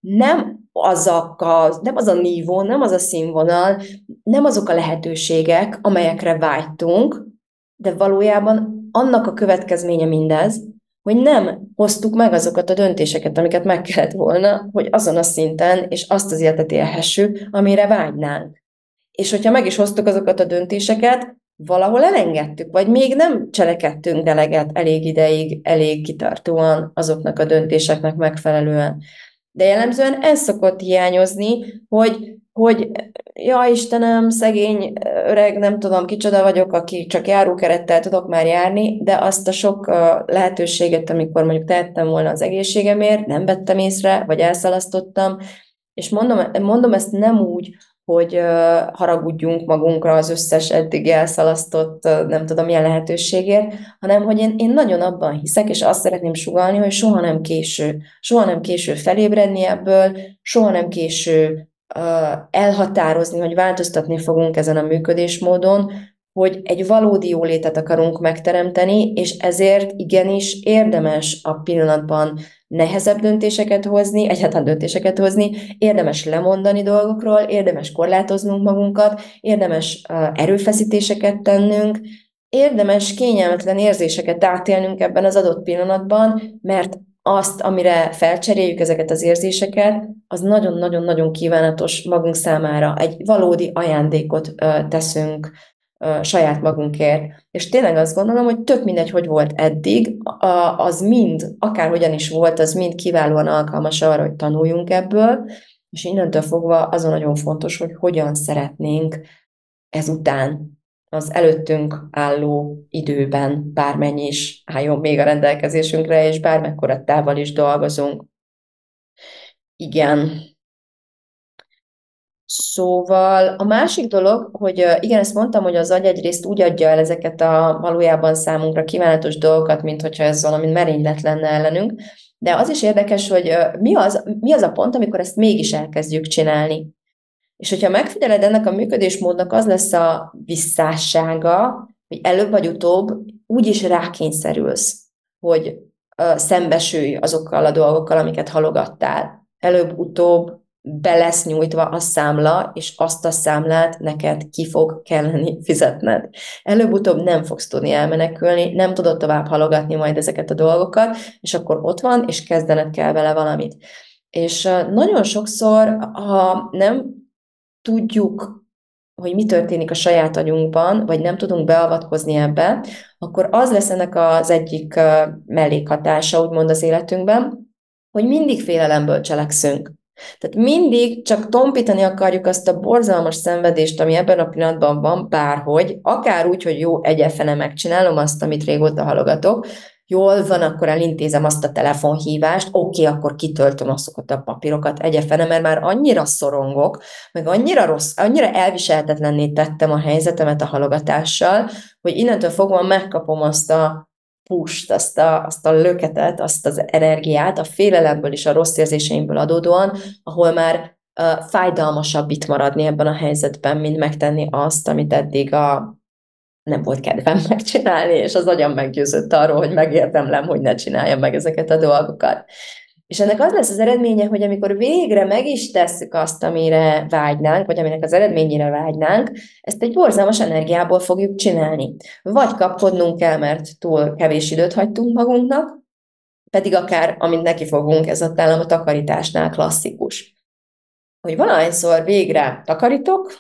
nem, azok a, nem az a nívó, nem az a színvonal, nem azok a lehetőségek, amelyekre vágytunk, de valójában annak a következménye mindez, hogy nem hoztuk meg azokat a döntéseket, amiket meg kellett volna, hogy azon a szinten és azt az életet élhessük, amire vágynánk. És hogyha meg is hoztuk azokat a döntéseket, valahol elengedtük, vagy még nem cselekedtünk eleget elég ideig, elég kitartóan azoknak a döntéseknek megfelelően. De jellemzően ez szokott hiányozni, hogy, hogy ja Istenem, szegény öreg, nem tudom kicsoda vagyok, aki csak járókerettel tudok már járni, de azt a sok lehetőséget, amikor mondjuk tehettem volna az egészségemért, nem vettem észre, vagy elszalasztottam, és mondom, mondom ezt nem úgy, hogy uh, haragudjunk magunkra az összes eddig elszalasztott, uh, nem tudom milyen lehetőségért, hanem hogy én, én nagyon abban hiszek, és azt szeretném sugallni, hogy soha nem késő. Soha nem késő felébredni ebből, soha nem késő uh, elhatározni, hogy változtatni fogunk ezen a működésmódon, hogy egy valódi jólétet akarunk megteremteni, és ezért igenis érdemes a pillanatban nehezebb döntéseket hozni, egyáltalán döntéseket hozni, érdemes lemondani dolgokról, érdemes korlátoznunk magunkat, érdemes erőfeszítéseket tennünk, érdemes kényelmetlen érzéseket átélnünk ebben az adott pillanatban, mert azt, amire felcseréljük ezeket az érzéseket, az nagyon-nagyon-nagyon kívánatos magunk számára. Egy valódi ajándékot teszünk saját magunkért. És tényleg azt gondolom, hogy tök mindegy, hogy volt eddig, az mind, akárhogyan is volt, az mind kiválóan alkalmas arra, hogy tanuljunk ebből, és innentől fogva azon nagyon fontos, hogy hogyan szeretnénk ezután az előttünk álló időben bármennyi is álljon még a rendelkezésünkre, és bármekkora távol is dolgozunk. Igen. Szóval a másik dolog, hogy igen, ezt mondtam, hogy az agy egyrészt úgy adja el ezeket a valójában számunkra kívánatos dolgokat, mint hogyha ez valami merénylet lenne ellenünk, de az is érdekes, hogy mi az, mi az a pont, amikor ezt mégis elkezdjük csinálni. És hogyha megfigyeled, ennek a működésmódnak az lesz a visszássága, hogy előbb vagy utóbb úgy is rákényszerülsz, hogy szembesülj azokkal a dolgokkal, amiket halogattál. Előbb-utóbb be lesz nyújtva a számla, és azt a számlát neked ki fog kelleni fizetned. Előbb-utóbb nem fogsz tudni elmenekülni, nem tudod tovább halogatni majd ezeket a dolgokat, és akkor ott van, és kezdened kell vele valamit. És nagyon sokszor, ha nem tudjuk, hogy mi történik a saját agyunkban, vagy nem tudunk beavatkozni ebbe, akkor az lesz ennek az egyik mellékhatása, úgymond az életünkben, hogy mindig félelemből cselekszünk. Tehát mindig csak tompítani akarjuk azt a borzalmas szenvedést, ami ebben a pillanatban van, bárhogy, akár úgy, hogy jó, egyefene megcsinálom azt, amit régóta halogatok, jól van, akkor elintézem azt a telefonhívást, oké, okay, akkor kitöltöm azokat a papírokat egyefene, mert már annyira szorongok, meg annyira rossz, annyira elviselhetetlenné tettem a helyzetemet a halogatással, hogy innentől fogva megkapom azt a pust, azt a, azt a löketet, azt az energiát, a félelemből és a rossz érzéseimből adódóan, ahol már uh, fájdalmasabb itt maradni ebben a helyzetben, mint megtenni azt, amit eddig a nem volt kedvem megcsinálni, és az agyam meggyőzött arról, hogy megérdemlem, hogy ne csináljam meg ezeket a dolgokat. És ennek az lesz az eredménye, hogy amikor végre meg is tesszük azt, amire vágynánk, vagy aminek az eredményére vágynánk, ezt egy borzalmas energiából fogjuk csinálni. Vagy kapkodnunk kell, mert túl kevés időt hagytunk magunknak, pedig akár, amint neki fogunk, ez ott nálam a takarításnál klasszikus. Hogy valahányszor végre takarítok,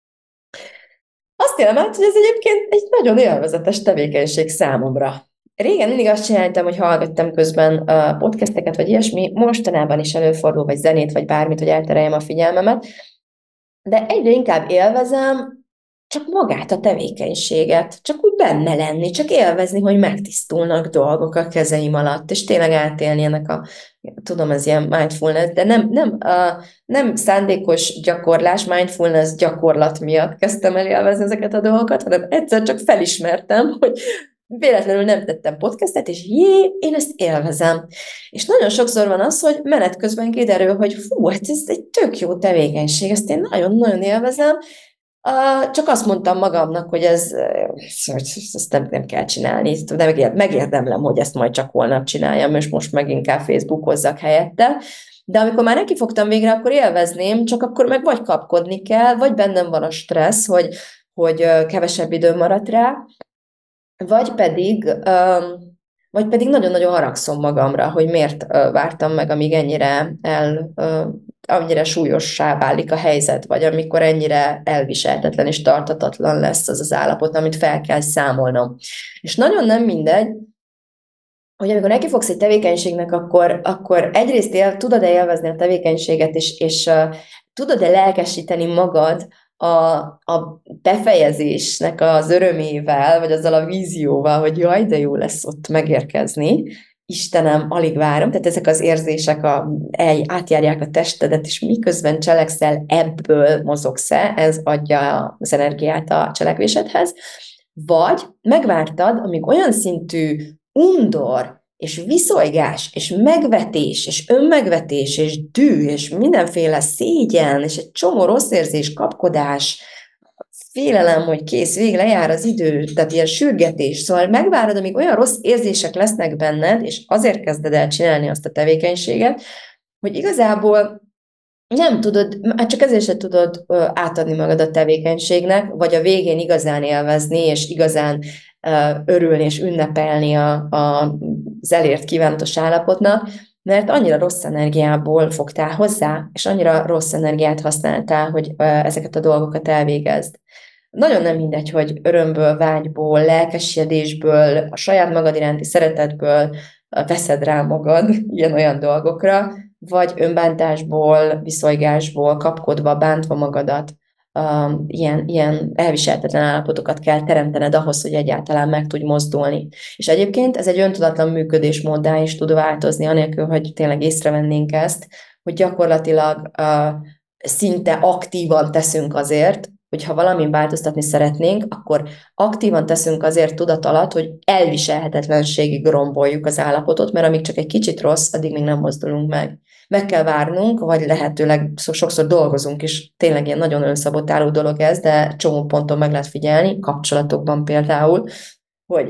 azt élem át, hogy ez egyébként egy nagyon élvezetes tevékenység számomra. Régen mindig azt csináltam, hogy hallgattam közben podcasteket, vagy ilyesmi, mostanában is előfordul, vagy zenét, vagy bármit, hogy eltereljem a figyelmemet, de egyre inkább élvezem csak magát a tevékenységet, csak úgy benne lenni, csak élvezni, hogy megtisztulnak dolgok a kezeim alatt, és tényleg átélni ennek a, tudom, ez ilyen mindfulness, de nem, nem, uh, nem szándékos gyakorlás, mindfulness gyakorlat miatt kezdtem el élvezni ezeket a dolgokat, hanem egyszer csak felismertem, hogy véletlenül nem tettem podcastet, és jé, én ezt élvezem. És nagyon sokszor van az, hogy menet közben kiderül, hogy fú, hát ez egy tök jó tevékenység, ezt én nagyon-nagyon élvezem, Uh, csak azt mondtam magamnak, hogy ez, ezt nem, nem kell csinálni, nem megérdemlem, hogy ezt majd csak holnap csináljam, és most meg inkább Facebookozzak helyette. De amikor már nekifogtam végre, akkor élvezném, csak akkor meg vagy kapkodni kell, vagy bennem van a stressz, hogy, hogy kevesebb idő maradt rá, vagy pedig, um, vagy pedig nagyon-nagyon haragszom magamra, hogy miért uh, vártam meg, amíg ennyire el, uh, annyira súlyossá válik a helyzet, vagy amikor ennyire elviselhetetlen és tartatatlan lesz az az állapot, amit fel kell számolnom. És nagyon nem mindegy, hogy amikor neki fogsz egy tevékenységnek, akkor, akkor egyrészt él, tudod-e élvezni a tevékenységet, és, és uh, tudod-e lelkesíteni magad a, a befejezésnek az örömével, vagy azzal a vízióval, hogy jaj, de jó lesz ott megérkezni. Istenem, alig várom. Tehát ezek az érzések a, el, átjárják a testedet, és miközben cselekszel, ebből mozogsz-e, ez adja az energiát a cselekvésedhez. Vagy megvártad, amíg olyan szintű undor, és viszolygás, és megvetés, és önmegvetés, és dű, és mindenféle szégyen, és egy csomó rossz érzés, kapkodás, félelem, hogy kész, végig lejár az idő, tehát ilyen sürgetés. Szóval megvárod, amíg olyan rossz érzések lesznek benned, és azért kezded el csinálni azt a tevékenységet, hogy igazából nem tudod, hát csak ezért sem tudod átadni magad a tevékenységnek, vagy a végén igazán élvezni, és igazán örülni és ünnepelni a, a, az elért kívánatos állapotnak, mert annyira rossz energiából fogtál hozzá, és annyira rossz energiát használtál, hogy ezeket a dolgokat elvégezd. Nagyon nem mindegy, hogy örömből, vágyból, lelkesedésből, a saját magad iránti szeretetből veszed rá magad ilyen-olyan dolgokra, vagy önbántásból, viszolygásból, kapkodva, bántva magadat, uh, ilyen, ilyen elviselhetetlen állapotokat kell teremtened ahhoz, hogy egyáltalán meg tudj mozdulni. És egyébként ez egy öntudatlan működésmóddá is tud változni, anélkül, hogy tényleg észrevennénk ezt, hogy gyakorlatilag uh, szinte aktívan teszünk azért, hogyha valamin változtatni szeretnénk, akkor aktívan teszünk azért tudat alatt, hogy elviselhetetlenségig romboljuk az állapotot, mert amíg csak egy kicsit rossz, addig még nem mozdulunk meg. Meg kell várnunk, vagy lehetőleg sokszor dolgozunk is, tényleg ilyen nagyon önszabotáló dolog ez, de csomó ponton meg lehet figyelni, kapcsolatokban például, hogy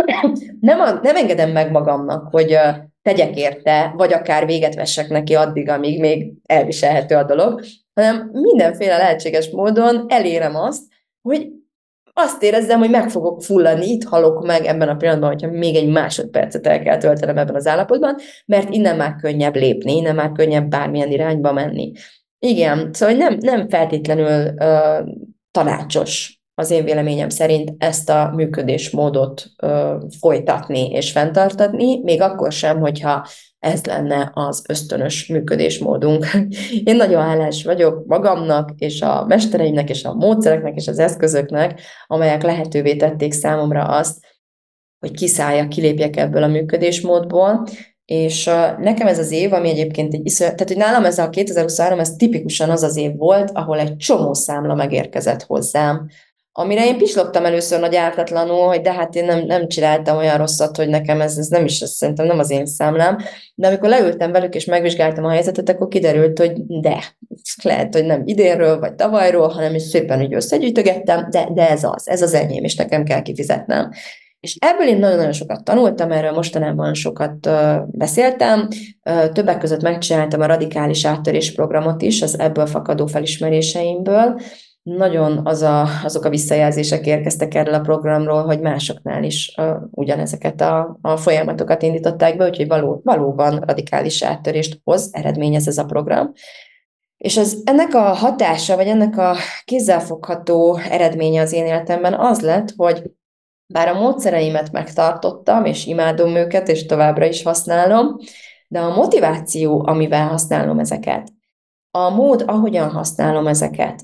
nem, a, nem engedem meg magamnak, hogy uh, tegyek érte, vagy akár véget vessek neki addig, amíg még elviselhető a dolog, hanem mindenféle lehetséges módon elérem azt, hogy azt érezzem, hogy meg fogok fulladni, itt halok meg ebben a pillanatban, hogyha még egy másodpercet el kell töltenem ebben az állapotban, mert innen már könnyebb lépni, innen már könnyebb bármilyen irányba menni. Igen, szóval nem, nem feltétlenül uh, tanácsos az én véleményem szerint ezt a működésmódot uh, folytatni és fenntartatni, még akkor sem, hogyha ez lenne az ösztönös működésmódunk. Én nagyon hálás vagyok magamnak, és a mestereimnek, és a módszereknek, és az eszközöknek, amelyek lehetővé tették számomra azt, hogy kiszálljak, kilépjek ebből a működésmódból, és uh, nekem ez az év, ami egyébként egy iszonyat, tehát hogy nálam ez a kétezer-huszonhárom, ez tipikusan az az év volt, ahol egy csomó számla megérkezett hozzám, amire én pislogtam először nagy ártatlanul, hogy de hát én nem, nem csináltam olyan rosszat, hogy nekem ez, ez nem is, ez szerintem nem az én számlám, de amikor leültem velük és megvizsgáltam a helyzetet, akkor kiderült, hogy de, lehet, hogy nem idénről vagy tavalyról, hanem is szépen úgy összegyűjtögettem, de, de ez az, ez az enyém, és nekem kell kifizetnem. És ebből én nagyon-nagyon sokat tanultam, erről mostanában sokat uh, beszéltem, uh, többek között megcsináltam a radikális áttörés programot is, az ebből fakadó felismeréseimből. Nagyon az a, azok a visszajelzések érkeztek erről a programról, hogy másoknál is uh, ugyanezeket a, a folyamatokat indították be, úgyhogy való, valóban radikális áttörést hoz, eredményez ez a program. És az, ennek a hatása, vagy ennek a kézzelfogható eredménye az én életemben az lett, hogy bár a módszereimet megtartottam, és imádom őket, és továbbra is használom, de a motiváció, amivel használom ezeket, a mód, ahogyan használom ezeket,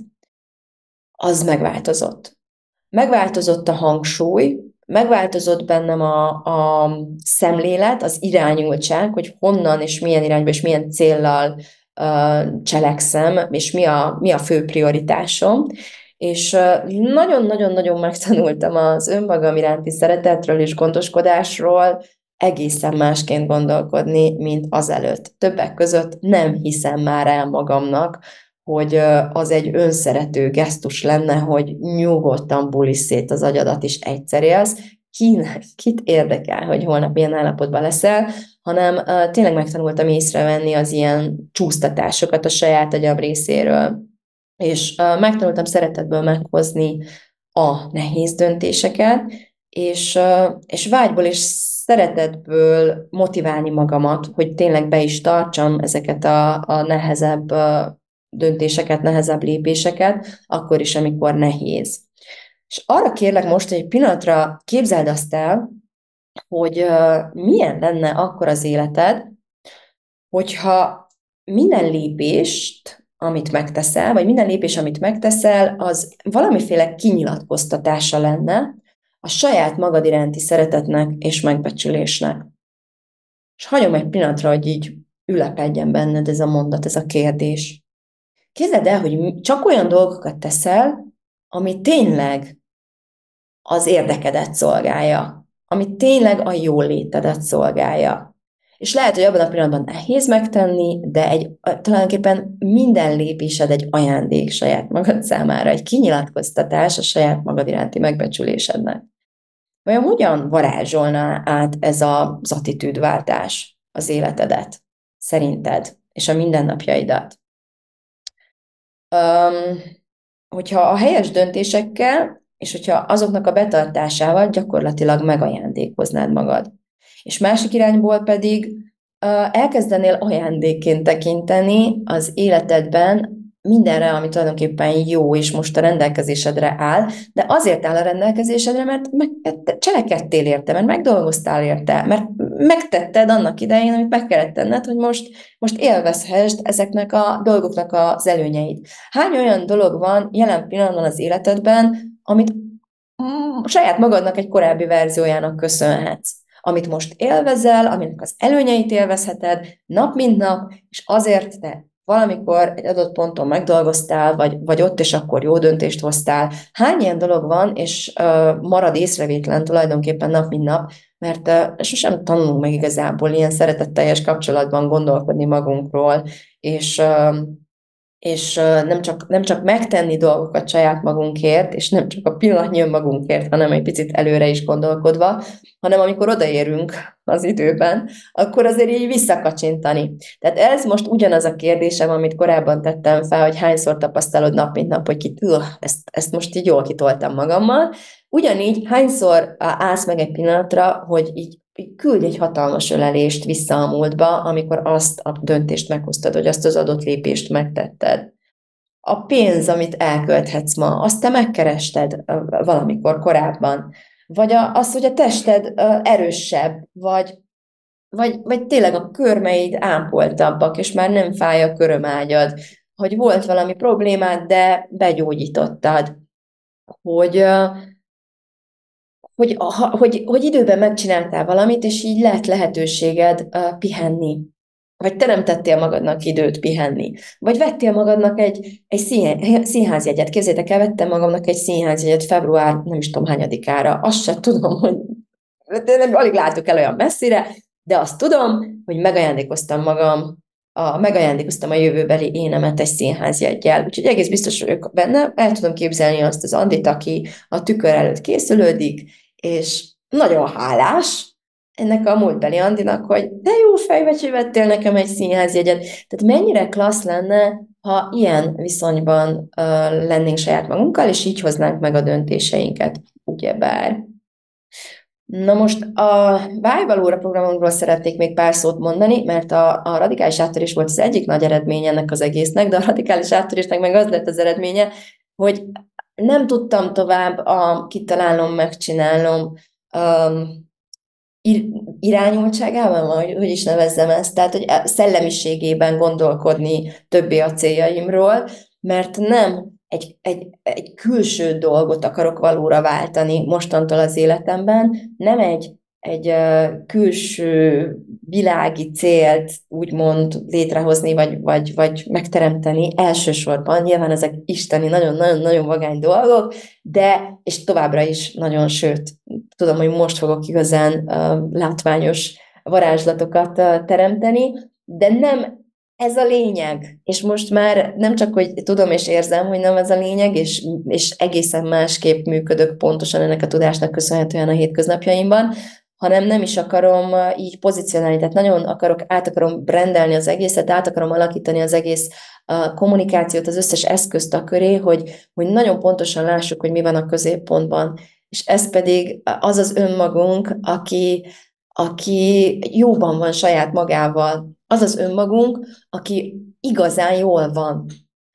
az megváltozott. Megváltozott a hangsúly, megváltozott bennem a, a szemlélet, az irányultság, hogy honnan és milyen irányba és milyen céllal uh, cselekszem, és mi a, mi a fő prioritásom. És nagyon-nagyon-nagyon megtanultam az önmagam iránti szeretetről és gondoskodásról egészen másként gondolkodni, mint azelőtt. Többek között nem hiszem már el magamnak, hogy az egy önszerető gesztus lenne, hogy nyugodtan bulisz szét az agyadat, és egyszer élsz. Kinek, kit érdekel, hogy holnap milyen állapotban leszel, hanem uh, tényleg megtanultam észrevenni az ilyen csúsztatásokat a saját agyam részéről. És uh, megtanultam szeretetből meghozni a nehéz döntéseket, és, uh, és vágyból és szeretetből motiválni magamat, hogy tényleg be is tartsam ezeket a, a nehezebb uh, döntéseket, nehezebb lépéseket, akkor is, amikor nehéz. És arra kérlek most, hogy egy pillanatra képzeld azt el, hogy uh, milyen lenne akkor az életed, hogyha minden lépést, amit megteszel, vagy minden lépés, amit megteszel, az valamiféle kinyilatkoztatása lenne a saját magad iránti szeretetnek és megbecsülésnek. És hagyom egy pillanatra, hogy így ülepedjen benned ez a mondat, ez a kérdés. Képzeld el, hogy csak olyan dolgokat teszel, ami tényleg az érdekedet szolgálja, ami tényleg a jólétedet szolgálja. És lehet, hogy abban a pillanatban nehéz megtenni, de egy, tulajdonképpen minden lépésed egy ajándék saját magad számára, egy kinyilatkoztatás a saját magad iránti megbecsülésednek. Vajon hogyan varázsolná át ez az attitűdváltás az életedet, szerinted, és a mindennapjaidat? Um, hogyha a helyes döntésekkel, és hogyha azoknak a betartásával gyakorlatilag megajándékoznád magad. És másik irányból pedig uh, elkezdenél ajándékként tekinteni az életedben mindenre, ami tulajdonképpen jó, és most a rendelkezésedre áll, de azért áll a rendelkezésedre, mert meg, cselekedtél érte, mert megdolgoztál érte, mert megtetted annak idején, amit meg kellett tenned, hogy most, most élvezhessd ezeknek a dolgoknak az előnyeit. Hány olyan dolog van jelen pillanatban az életedben, amit mm, saját magadnak egy korábbi verziójának köszönhetsz, amit most élvezel, aminek az előnyeit élvezheted nap mint nap, és azért te valamikor egy adott ponton megdolgoztál, vagy, vagy ott és akkor jó döntést hoztál. Hány ilyen dolog van, és uh, marad észrevétlen tulajdonképpen nap mint nap, mert uh, sosem tanulunk meg igazából ilyen szeretetteljes kapcsolatban gondolkodni magunkról, és uh, és nem csak, nem csak megtenni dolgokat saját magunkért, és nem csak a pillanatnyi önmagunkért, hanem egy picit előre is gondolkodva, hanem amikor odaérünk az időben, akkor azért így visszakacsintani. Tehát ez most ugyanaz a kérdésem, amit korábban tettem fel, hogy hányszor tapasztalod nap, mint nap, hogy ki, uh, ezt, ezt most így jól kitoltam magammal. Ugyanígy hányszor állsz meg egy pillanatra, hogy így küldj egy hatalmas ölelést vissza a múltba, amikor azt a döntést meghoztad, hogy azt az adott lépést megtetted. A pénz, amit elkölthetsz ma, azt te megkerested valamikor korábban. Vagy az, hogy a tested erősebb, vagy, vagy, vagy tényleg a körmeid ámpoltabbak, és már nem fáj a körömágyad, hogy volt valami problémád, de begyógyítottad. Hogy... Hogy, hogy, hogy időben megcsináltál valamit, és így lett lehetőséged uh, pihenni. Vagy teremtettél magadnak időt pihenni. Vagy vettél magadnak egy, egy színházjegyet. Képzeljétek el, vettem magamnak egy színházjegyet február, nem is tudom hányadikára. Azt sem tudom, hogy de nem, alig látok el olyan messzire, de azt tudom, hogy megajándékoztam magam, a, megajándékoztam a jövőbeli énemet egy színházjeggyel. Úgyhogy egész biztos vagyok benne, el tudom képzelni azt az Andit, aki a tükör előtt készülődik, és nagyon hálás ennek a múltbeli Andinak, hogy de jó fej vagy, hogy vettél nekem egy színházjegyet. Tehát mennyire klassz lenne, ha ilyen viszonyban uh, lennénk saját magunkkal, és így hoznánk meg a döntéseinket, ugyebár. Na most a Vágyvalóra programunkról szeretnék még pár szót mondani, mert a, a radikális áttörés volt az egyik nagy eredménye ennek az egésznek, de a radikális áttörésnek meg az lett az eredménye, hogy nem tudtam tovább a kitalálnom, megcsinálnom um, ir, irányultságában, vagy hogy is nevezzem ezt, tehát hogy szellemiségében gondolkodni többé a céljaimról, mert nem Egy, egy, egy külső dolgot akarok valóra váltani mostantól az életemben, nem egy, egy uh, külső világi célt úgymond létrehozni, vagy, vagy, vagy megteremteni elsősorban. Nyilván ezek isteni, nagyon-nagyon-nagyon vagány dolgok, de, és továbbra is nagyon, sőt, tudom, hogy most fogok igazán uh, látványos varázslatokat uh, teremteni, de nem Ez a lényeg, és most már nem csak, hogy tudom és érzem, hogy nem ez a lényeg, és, és egészen másképp működök pontosan ennek a tudásnak köszönhetően a hétköznapjaimban, hanem nem is akarom így pozícionálni, tehát nagyon akarok, át akarom brendelni az egészet, át akarom alakítani az egész a kommunikációt, az összes eszközt a köré, hogy, hogy nagyon pontosan lássuk, hogy mi van a középpontban, és ez pedig az az önmagunk, aki, aki jóban van saját magával, az az önmagunk, aki igazán jól van,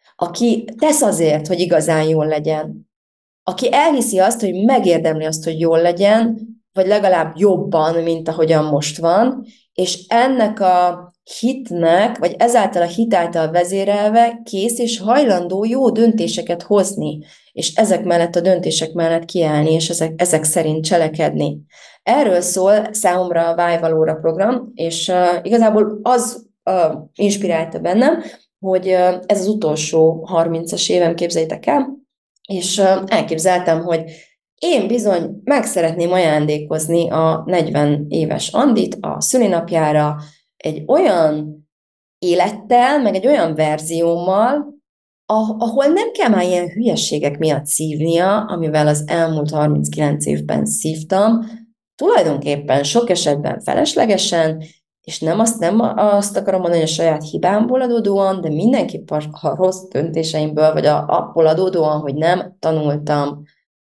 aki tesz azért, hogy igazán jól legyen, aki elhiszi azt, hogy megérdemli azt, hogy jól legyen, vagy legalább jobban, mint ahogyan most van, és ennek a hitnek, vagy ezáltal a hit által vezérelve kész és hajlandó jó döntéseket hozni, és ezek mellett a döntések mellett kiállni, és ezek, ezek szerint cselekedni. Erről szól számomra a Vájvalóra program, és uh, igazából az uh, inspirálta bennem, hogy uh, ez az utolsó harmincas évem, képzeljétek el, és uh, elképzeltem, hogy én bizony meg szeretném ajándékozni a negyven éves Andit a szülinapjára egy olyan élettel, meg egy olyan verziómmal, ahol nem kell már ilyen hülyességek miatt szívnia, amivel az elmúlt harminckilenc évben szívtam, tulajdonképpen sok esetben feleslegesen, és nem azt, nem azt akarom mondani, hogy a saját hibámból adódóan, de mindenképp a rossz döntéseimből, vagy a, abból adódóan, hogy nem tanultam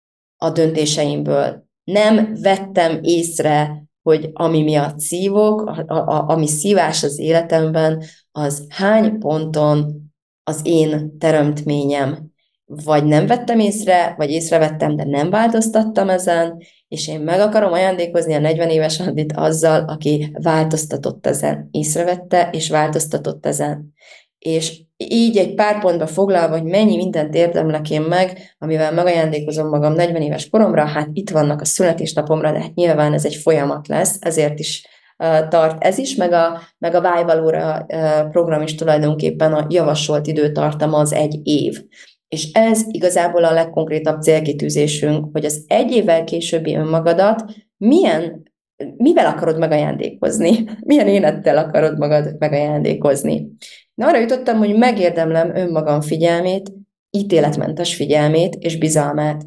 a döntéseimből. Nem vettem észre, hogy ami miatt szívok, a, a, ami szívás az életemben, az hány ponton az én teremtményem. Vagy nem vettem észre, vagy észrevettem, de nem változtattam ezen, és én meg akarom ajándékozni a negyven éves Andit azzal, aki változtatott ezen, észrevette, és változtatott ezen. És így egy pár pontba foglalva, hogy mennyi mindent érdemlek én meg, amivel megajándékozom magam negyven éves koromra, hát itt vannak a születésnapomra, de hát nyilván ez egy folyamat lesz, ezért is uh, tart ez is, meg a, meg a Vájvalóra uh, program is tulajdonképpen a javasolt időtartama az egy év. És ez igazából a legkonkrétabb célkitűzésünk, hogy az egy évvel későbbi önmagadat milyen, mivel akarod megajándékozni, milyen élettel akarod magad megajándékozni. Na, arra jutottam, hogy megérdemlem önmagam figyelmét, ítéletmentes figyelmét és bizalmát.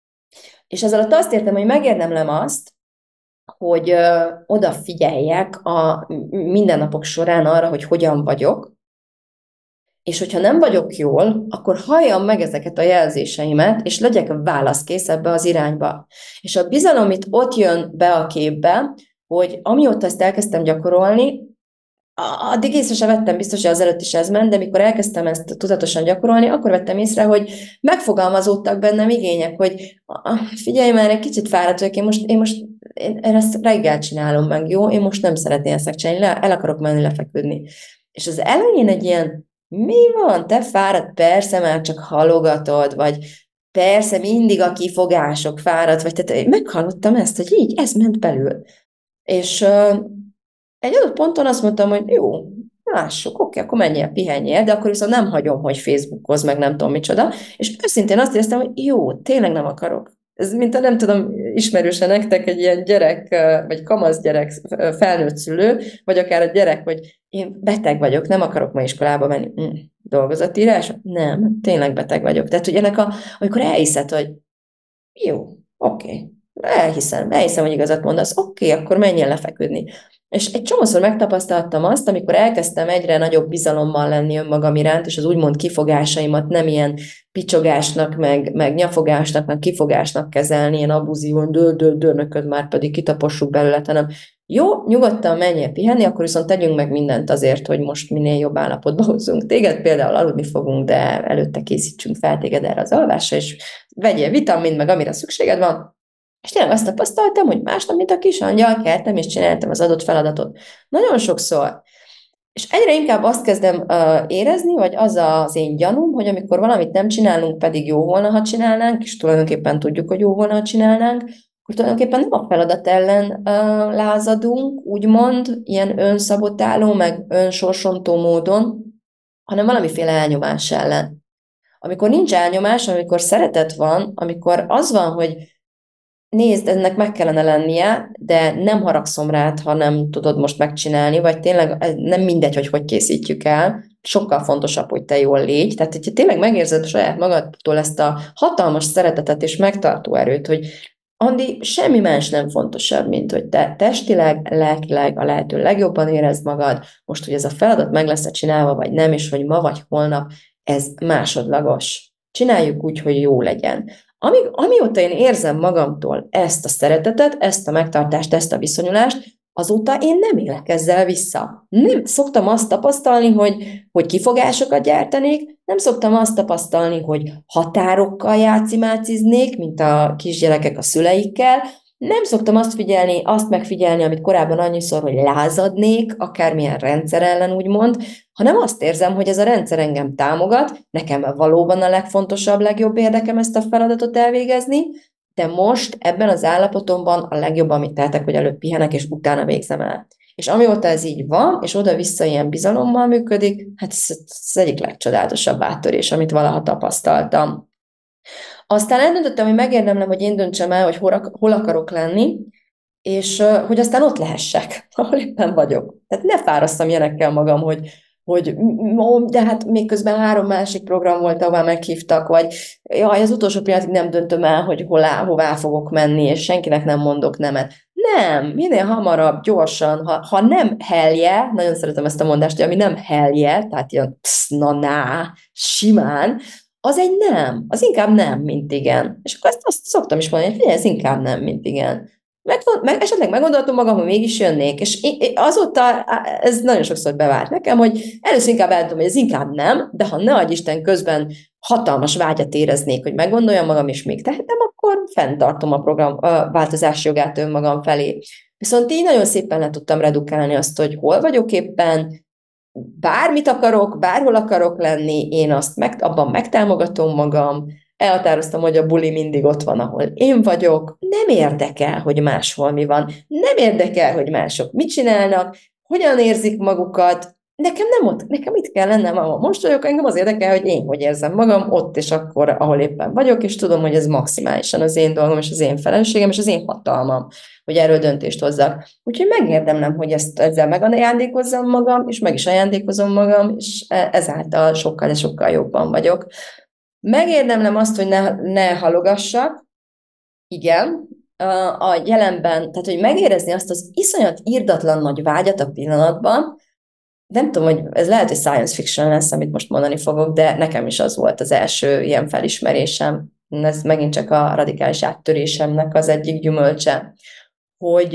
És ezzel alatt azt értem, hogy megérdemlem azt, hogy ö, odafigyeljek a mindennapok során arra, hogy hogyan vagyok, és hogyha nem vagyok jól, akkor halljam meg ezeket a jelzéseimet, és legyek válaszkész ebbe az irányba. És a bizalom itt ott jön be a képbe, hogy amióta ezt elkezdtem gyakorolni, addig észre sem vettem, biztos, hogy azelőtt is ez ment, de mikor elkezdtem ezt tudatosan gyakorolni, akkor vettem észre, hogy megfogalmazódtak bennem igények, hogy figyelj már, egy kicsit fáradt vagyok, én most, én most én ezt reggel csinálom meg, jó? Én most nem szeretném ezt csinálni, el akarok menni lefeküdni. És az elején egy ilyen, mi van, te fáradt, persze már csak halogatod, vagy persze mindig a kifogások fáradt, vagy tehát meghallottam ezt, hogy így, ez ment belül. És egy adott ponton azt mondtam, hogy jó, lássuk, oké, akkor menjél, pihenjél, de akkor viszont nem hagyom, hogy Facebookoz, meg nem tudom micsoda, és őszintén azt éreztem, hogy jó, tényleg nem akarok. Ez mint a nem tudom, ismerőse nektek egy ilyen gyerek, vagy kamasz gyerek, felnőtt szülő, vagy akár a gyerek, hogy én beteg vagyok, nem akarok ma iskolába menni. Hm, dolgozatírás? Nem, tényleg beteg vagyok. Tehát, hogy ennek a, amikor elhiszed, hogy jó, oké, elhiszem, elhiszem, hogy igazat mondasz, oké, akkor menjél lefeküdni. És egy csomószor megtapasztaltam azt, amikor elkezdtem egyre nagyobb bizalommal lenni önmagam iránt, és az úgymond kifogásaimat nem ilyen picsogásnak, meg, meg nyafogásnak, meg kifogásnak kezelni, ilyen abúzívan, dő, dő, dőnököd, már pedig kitapossuk belőle, hanem jó, nyugodtan menjél pihenni, akkor viszont tegyünk meg mindent azért, hogy most minél jobb állapotba hozzunk téged, például aludni fogunk, de előtte készítsünk fel téged erre az alvásra, és vegyél vitamin, meg amire szükséged van. És tényleg azt tapasztaltam, hogy másnap, mint a kis angyal, keltem és csináltam az adott feladatot. Nagyon sokszor. És egyre inkább azt kezdem uh, érezni, vagy az az én gyanúm, hogy amikor valamit nem csinálunk, pedig jó volna, ha csinálnánk, és tulajdonképpen tudjuk, hogy jó volna, ha csinálnánk, akkor tulajdonképpen nem a feladat ellen uh, lázadunk, úgymond, ilyen önszabotáló, meg önsorsontó módon, hanem valamiféle elnyomás ellen. Amikor nincs elnyomás, amikor szeretet van, amikor az van, hogy nézd, ennek meg kellene lennie, de nem haragszom rád, ha nem tudod most megcsinálni, vagy tényleg nem mindegy, hogy hogy készítjük el, sokkal fontosabb, hogy te jól légy. Tehát, hogyha tényleg megérzed saját magadtól ezt a hatalmas szeretetet és megtartó erőt, hogy Andi, semmi más nem fontosabb, mint hogy te testileg, lelkileg a lehető legjobban érezd magad, most, hogy ez a feladat meg lesz-e csinálva, vagy nem, és hogy ma vagy holnap, ez másodlagos. Csináljuk úgy, hogy jó legyen. Amíg, amióta én érzem magamtól ezt a szeretetet, ezt a megtartást, ezt a viszonyulást, azóta én nem élek ezzel vissza. Nem szoktam azt tapasztalni, hogy, hogy kifogásokat gyártanék, nem szoktam azt tapasztalni, hogy határokkal játszimáciznék, mint a kisgyerekek a szüleikkel, nem szoktam azt figyelni, azt megfigyelni, amit korábban annyiszor, hogy lázadnék, akármilyen rendszer ellen úgymond, hanem azt érzem, hogy ez a rendszer engem támogat, nekem valóban a legfontosabb, legjobb érdekem ezt a feladatot elvégezni, de most ebben az állapotomban a legjobb, amit tehetek, hogy előbb pihenek, és utána végzem el. És amióta ez így van, és oda-vissza ilyen bizalommal működik, hát ez, ez az egyik legcsodálatosabb áttörés, amit valaha tapasztaltam. Aztán eldöntöttem, hogy megérdemlem, hogy én döntsem el, hogy hol, hol akarok lenni, és uh, hogy aztán ott lehessek, ahol éppen vagyok. Tehát ne fárasztam ilyenekkel magam, hogy, hogy de hát még közben három másik program volt, ahová meghívtak, vagy jaj, az utolsó pillanatig nem döntöm el, hogy hová, hová fogok menni, és senkinek nem mondok nemet. Nem, minél hamarabb, gyorsan, ha, ha nem helye, nagyon szeretem ezt a mondást, hogy ami nem helye, tehát ilyen psz, na, na, simán, az egy nem, az inkább nem, mint igen. És akkor ezt azt szoktam is mondani, hogy figyelj, ez inkább nem, mint igen. Meg, meg, esetleg meggondoltam magam, hogy mégis jönnék, és én, én azóta ez nagyon sokszor bevált nekem, hogy először inkább eldöntöm, hogy ez inkább nem, de ha ne adj Isten közben hatalmas vágyat éreznék, hogy meggondoljam magam, és még tehetem, akkor fenntartom a program a változási jogát önmagam felé. Viszont így nagyon szépen le tudtam redukálni azt, hogy hol vagyok éppen, bármit akarok, bárhol akarok lenni, én azt meg, abban megtámogatom magam, elhatároztam, hogy a buli mindig ott van, ahol én vagyok, nem érdekel, hogy máshol mi van, nem érdekel, hogy mások mit csinálnak, hogyan érzik magukat, nekem nem ott, nekem itt kell lennem, ahol most vagyok, engem az érdekel, hogy én hogy érzem magam ott és akkor, ahol éppen vagyok, és tudom, hogy ez maximálisan az én dolgom, és az én felelősségem, és az én hatalmam, hogy erről döntést hozzak. Úgyhogy megérdemlem, hogy ezt ezzel megajándékozzam magam, és meg is ajándékozom magam, és ezáltal sokkal, de sokkal jobban vagyok. Megérdemlem azt, hogy ne, ne halogassak, igen, a jelenben, tehát hogy megérezni azt az iszonyat irdatlan nagy vágyat a pillanatban, nem tudom, hogy ez lehet, hogy science fiction lesz, amit most mondani fogok, de nekem is az volt az első ilyen felismerésem, ez megint csak a radikális áttörésemnek az egyik gyümölcse, hogy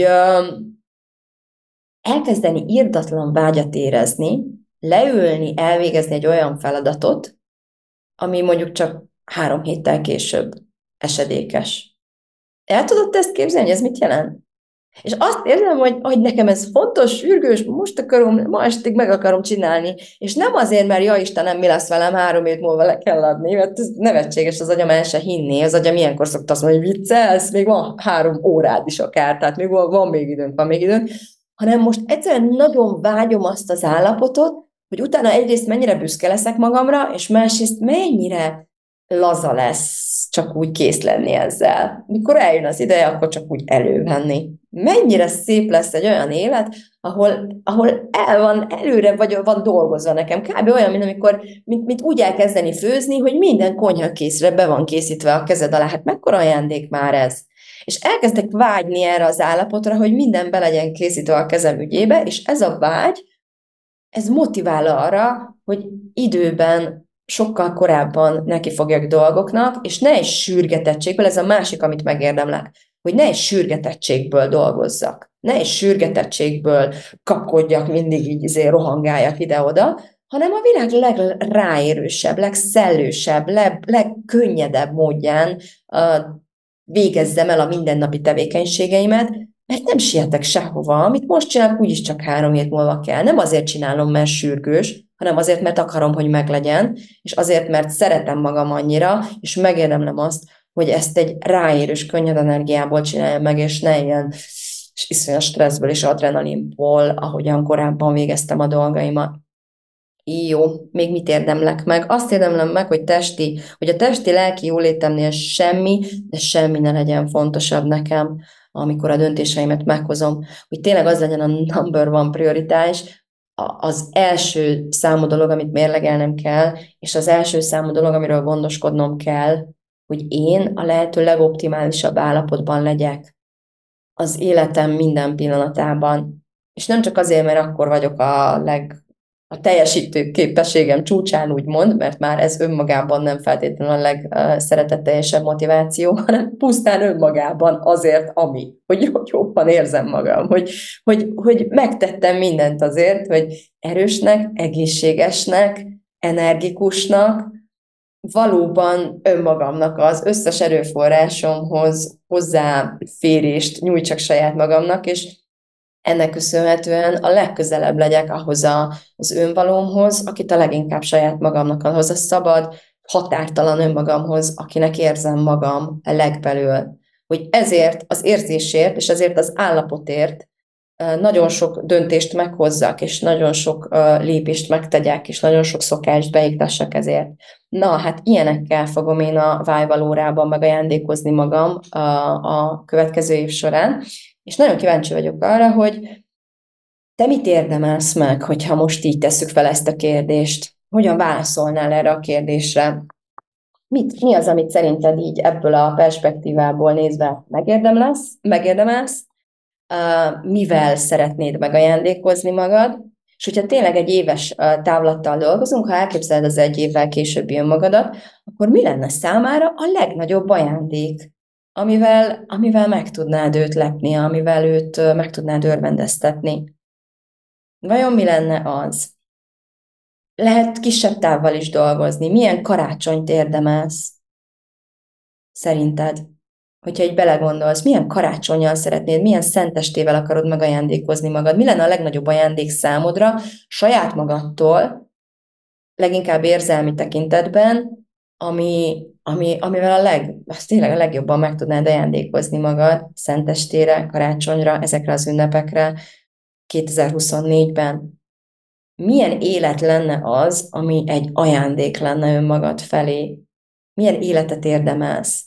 elkezdeni irdatlan vágyat érezni, leülni, elvégezni egy olyan feladatot, ami mondjuk csak három héttel később esedékes. El tudod ezt képzelni, hogy ez mit jelent? És azt érzem, hogy, hogy nekem ez fontos, sürgős, most akarom, ma estig meg akarom csinálni, és nem azért, mert ja Istenem, mi lesz velem, három év múlva le kell adni, mert ez nevetséges, az agyam el se hinni, az agyam ilyenkor szokta azt mondani, hogy viccelsz, még van három órád is akár, tehát még van, van még időnk, van még időnk, hanem most egyszerűen nagyon vágyom azt az állapotot, hogy utána egyrészt mennyire büszke leszek magamra, és másrészt mennyire laza lesz csak úgy kész lenni ezzel. Mikor eljön az ideje, akkor csak úgy elővenni. Mennyire szép lesz egy olyan élet, ahol, ahol el van, előre vagy van dolgozva nekem. Kb. Olyan, mint amikor mint, mint úgy elkezdeni főzni, hogy minden konyhakészre be van készítve a kezed alá. Hát mekkora ajándék már ez? És elkezdek vágyni erre az állapotra, hogy minden be legyen készítve a kezem ügyébe, és ez a vágy, ez motivál arra, hogy időben sokkal korábban neki fogjak dolgoknak, és ne egy sürgetettségből, ez a másik, amit megérdemlek, hogy ne egy sürgetettségből dolgozzak, ne egy sürgetettségből kapkodjak, mindig így izé rohangáljak ide-oda, hanem a világ legráérősebb, legszellősebb, leg, legkönnyedebb módján uh, végezzem el a mindennapi tevékenységeimet, mert nem sietek sehova, amit most csinálok, úgyis csak három hét múlva kell. Nem azért csinálom, mert sürgős, hanem azért, mert akarom, hogy meglegyen, és azért, mert szeretem magam annyira, és megérdemlem azt, hogy ezt egy ráérős, könnyed energiából csináljam meg, és ne ilyen iszonyos stresszből és adrenalinból, ahogyan korábban végeztem a dolgaimat. Jó, még mit érdemlek meg? Azt érdemlem meg, hogy testi, hogy a testi-lelki jólétemnél semmi, de semmi ne legyen fontosabb nekem, amikor a döntéseimet meghozom. Hogy tényleg az legyen a number one prioritás, az első számú dolog, amit mérlegelnem kell, és az első számú dolog, amiről gondoskodnom kell, hogy én a lehető legoptimálisabb állapotban legyek az életem minden pillanatában. És nem csak azért, mert akkor vagyok a leg a teljesítő képességem csúcsán, úgymond, mert már ez önmagában nem feltétlenül a legszeretetteljesebb motiváció, hanem pusztán önmagában azért, ami, hogy jobban érzem magam, hogy, hogy, hogy megtettem mindent azért, hogy erősnek, egészségesnek, energikusnak, valóban önmagamnak az összes erőforrásomhoz hozzáférést nyújtsak saját magamnak, és ennek köszönhetően a legközelebb legyek ahhoz a, az önvalómhoz, akit a leginkább saját magamnak, ahhoz a szabad, határtalan önmagamhoz, akinek érzem magam a legbelül. Hogy ezért az érzésért, és ezért az állapotért nagyon sok döntést meghozzak, és nagyon sok lépést megtegyek, és nagyon sok szokást beiktassak ezért. Na, hát ilyenekkel fogom én a vájvalórában megajándékozni magam a, a következő év során, és nagyon kíváncsi vagyok arra, hogy te mit érdemelsz meg, hogyha most így tesszük fel ezt a kérdést? Hogyan válaszolnál erre a kérdésre? Mit, mi az, amit szerinted így ebből a perspektívából nézve megérdemlesz, megérdemelsz? Uh, mivel szeretnéd megajándékozni magad? És hogyha tényleg egy éves uh, távlattal dolgozunk, ha elképzeled az egy évvel későbbi önmagadat, akkor mi lenne számára a legnagyobb ajándék, amivel, amivel meg tudnád őt lepni, amivel őt uh, meg tudnád örvendeztetni? Vajon mi lenne az? Lehet kisebb távval is dolgozni. Milyen karácsonyt érdemelsz? Szerinted? Hogyha így belegondolsz, milyen karácsonnyal szeretnéd, milyen szentestével akarod megajándékozni magad? Mi lenne a legnagyobb ajándék számodra saját magadtól, leginkább érzelmi tekintetben, ami, ami, amivel a leg, azt tényleg a legjobban meg tudnád ajándékozni magad szentestére, karácsonyra, ezekre az ünnepekre kétezer-huszonnégyben? Milyen élet lenne az, ami egy ajándék lenne önmagad felé? Milyen életet érdemelsz?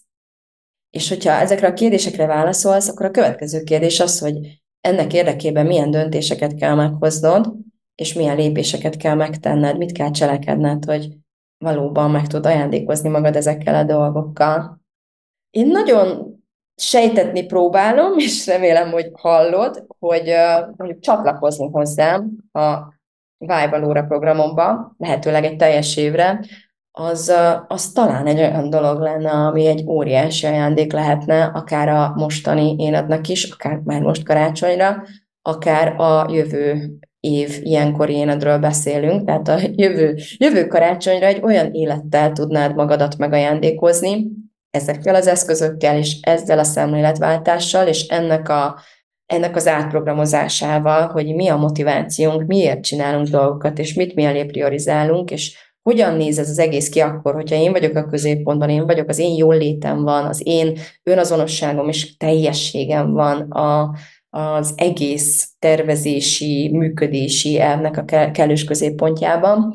És hogyha ezekre a kérdésekre válaszolsz, akkor a következő kérdés az, hogy ennek érdekében milyen döntéseket kell meghoznod, és milyen lépéseket kell megtenned, mit kell cselekedned, hogy valóban meg tud ajándékozni magad ezekkel a dolgokkal. Én nagyon sejtetni próbálom, és remélem, hogy hallod, hogy uh, mondjuk csatlakozni hozzám a Vájvalóra programomba, lehetőleg egy teljes évre, az, az talán egy olyan dolog lenne, ami egy óriási ajándék lehetne, akár a mostani életnek is, akár már most karácsonyra, akár a jövő év ilyenkor énedről beszélünk, tehát a jövő, jövő karácsonyra egy olyan élettel tudnád magadat megajándékozni, ezekkel az eszközökkel, és ezzel a szemléletváltással, és ennek a ennek az átprogramozásával, hogy mi a motivációnk, miért csinálunk dolgokat, és mit mielé priorizálunk, és hogyan néz ez az egész ki akkor, hogyha én vagyok a középpontban, én vagyok, az én jól létem van, az én önazonosságom és teljességem van a, az egész tervezési, működési elvnek a kellős középpontjában.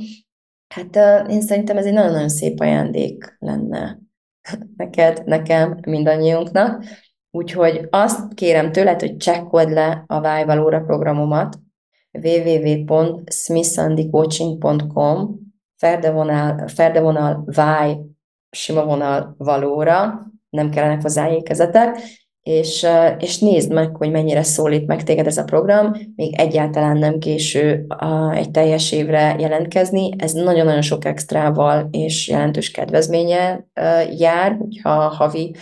Hát én szerintem ez egy nagyon-nagyon szép ajándék lenne neked, nekem, mindannyiunknak. Úgyhogy azt kérem tőled, hogy csekkold le a Vájvalóra programomat double-u double-u double-u pont smithsandycoaching pont com ferdevonal, ferdevonal váj, sima vonal valóra, nem kellenek hozzá ékezetek, és, és nézd meg, hogy mennyire szólít meg téged ez a program, még egyáltalán nem késő egy teljes évre jelentkezni, ez nagyon-nagyon sok extrával és jelentős kedvezménnyel jár, hogyha havi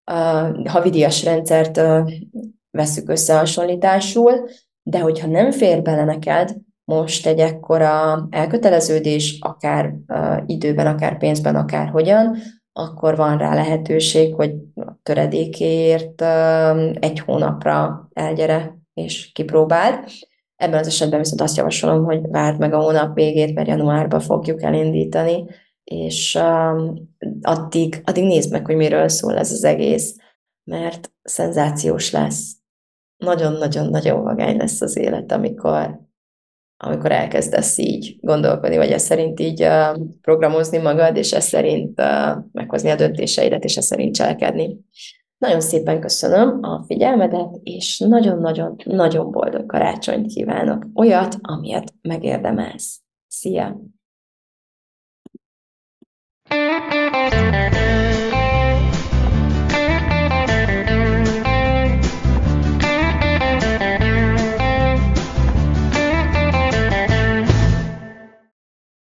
a havidíjas rendszert veszük összehasonlításul, de hogyha nem fér bele neked most egy ekkora elköteleződés, akár uh, időben, akár pénzben, akár hogyan, akkor van rá lehetőség, hogy a töredékéért uh, egy hónapra elgyere és kipróbáld. Ebben az esetben viszont azt javasolom, hogy várd meg a hónap végét, mert januárban fogjuk elindítani, és um, addig, addig nézd meg, hogy miről szól ez az egész, mert szenzációs lesz. Nagyon-nagyon-nagyon vagány lesz az élet, amikor, amikor elkezdesz így gondolkodni, vagy ez szerint így uh, programozni magad, és ez szerint uh, meghozni a döntéseidet, és ez szerint cselekedni. Nagyon szépen köszönöm a figyelmedet, és nagyon-nagyon-nagyon boldog karácsonyt kívánok. Olyat, amilyet megérdemelsz. Szia!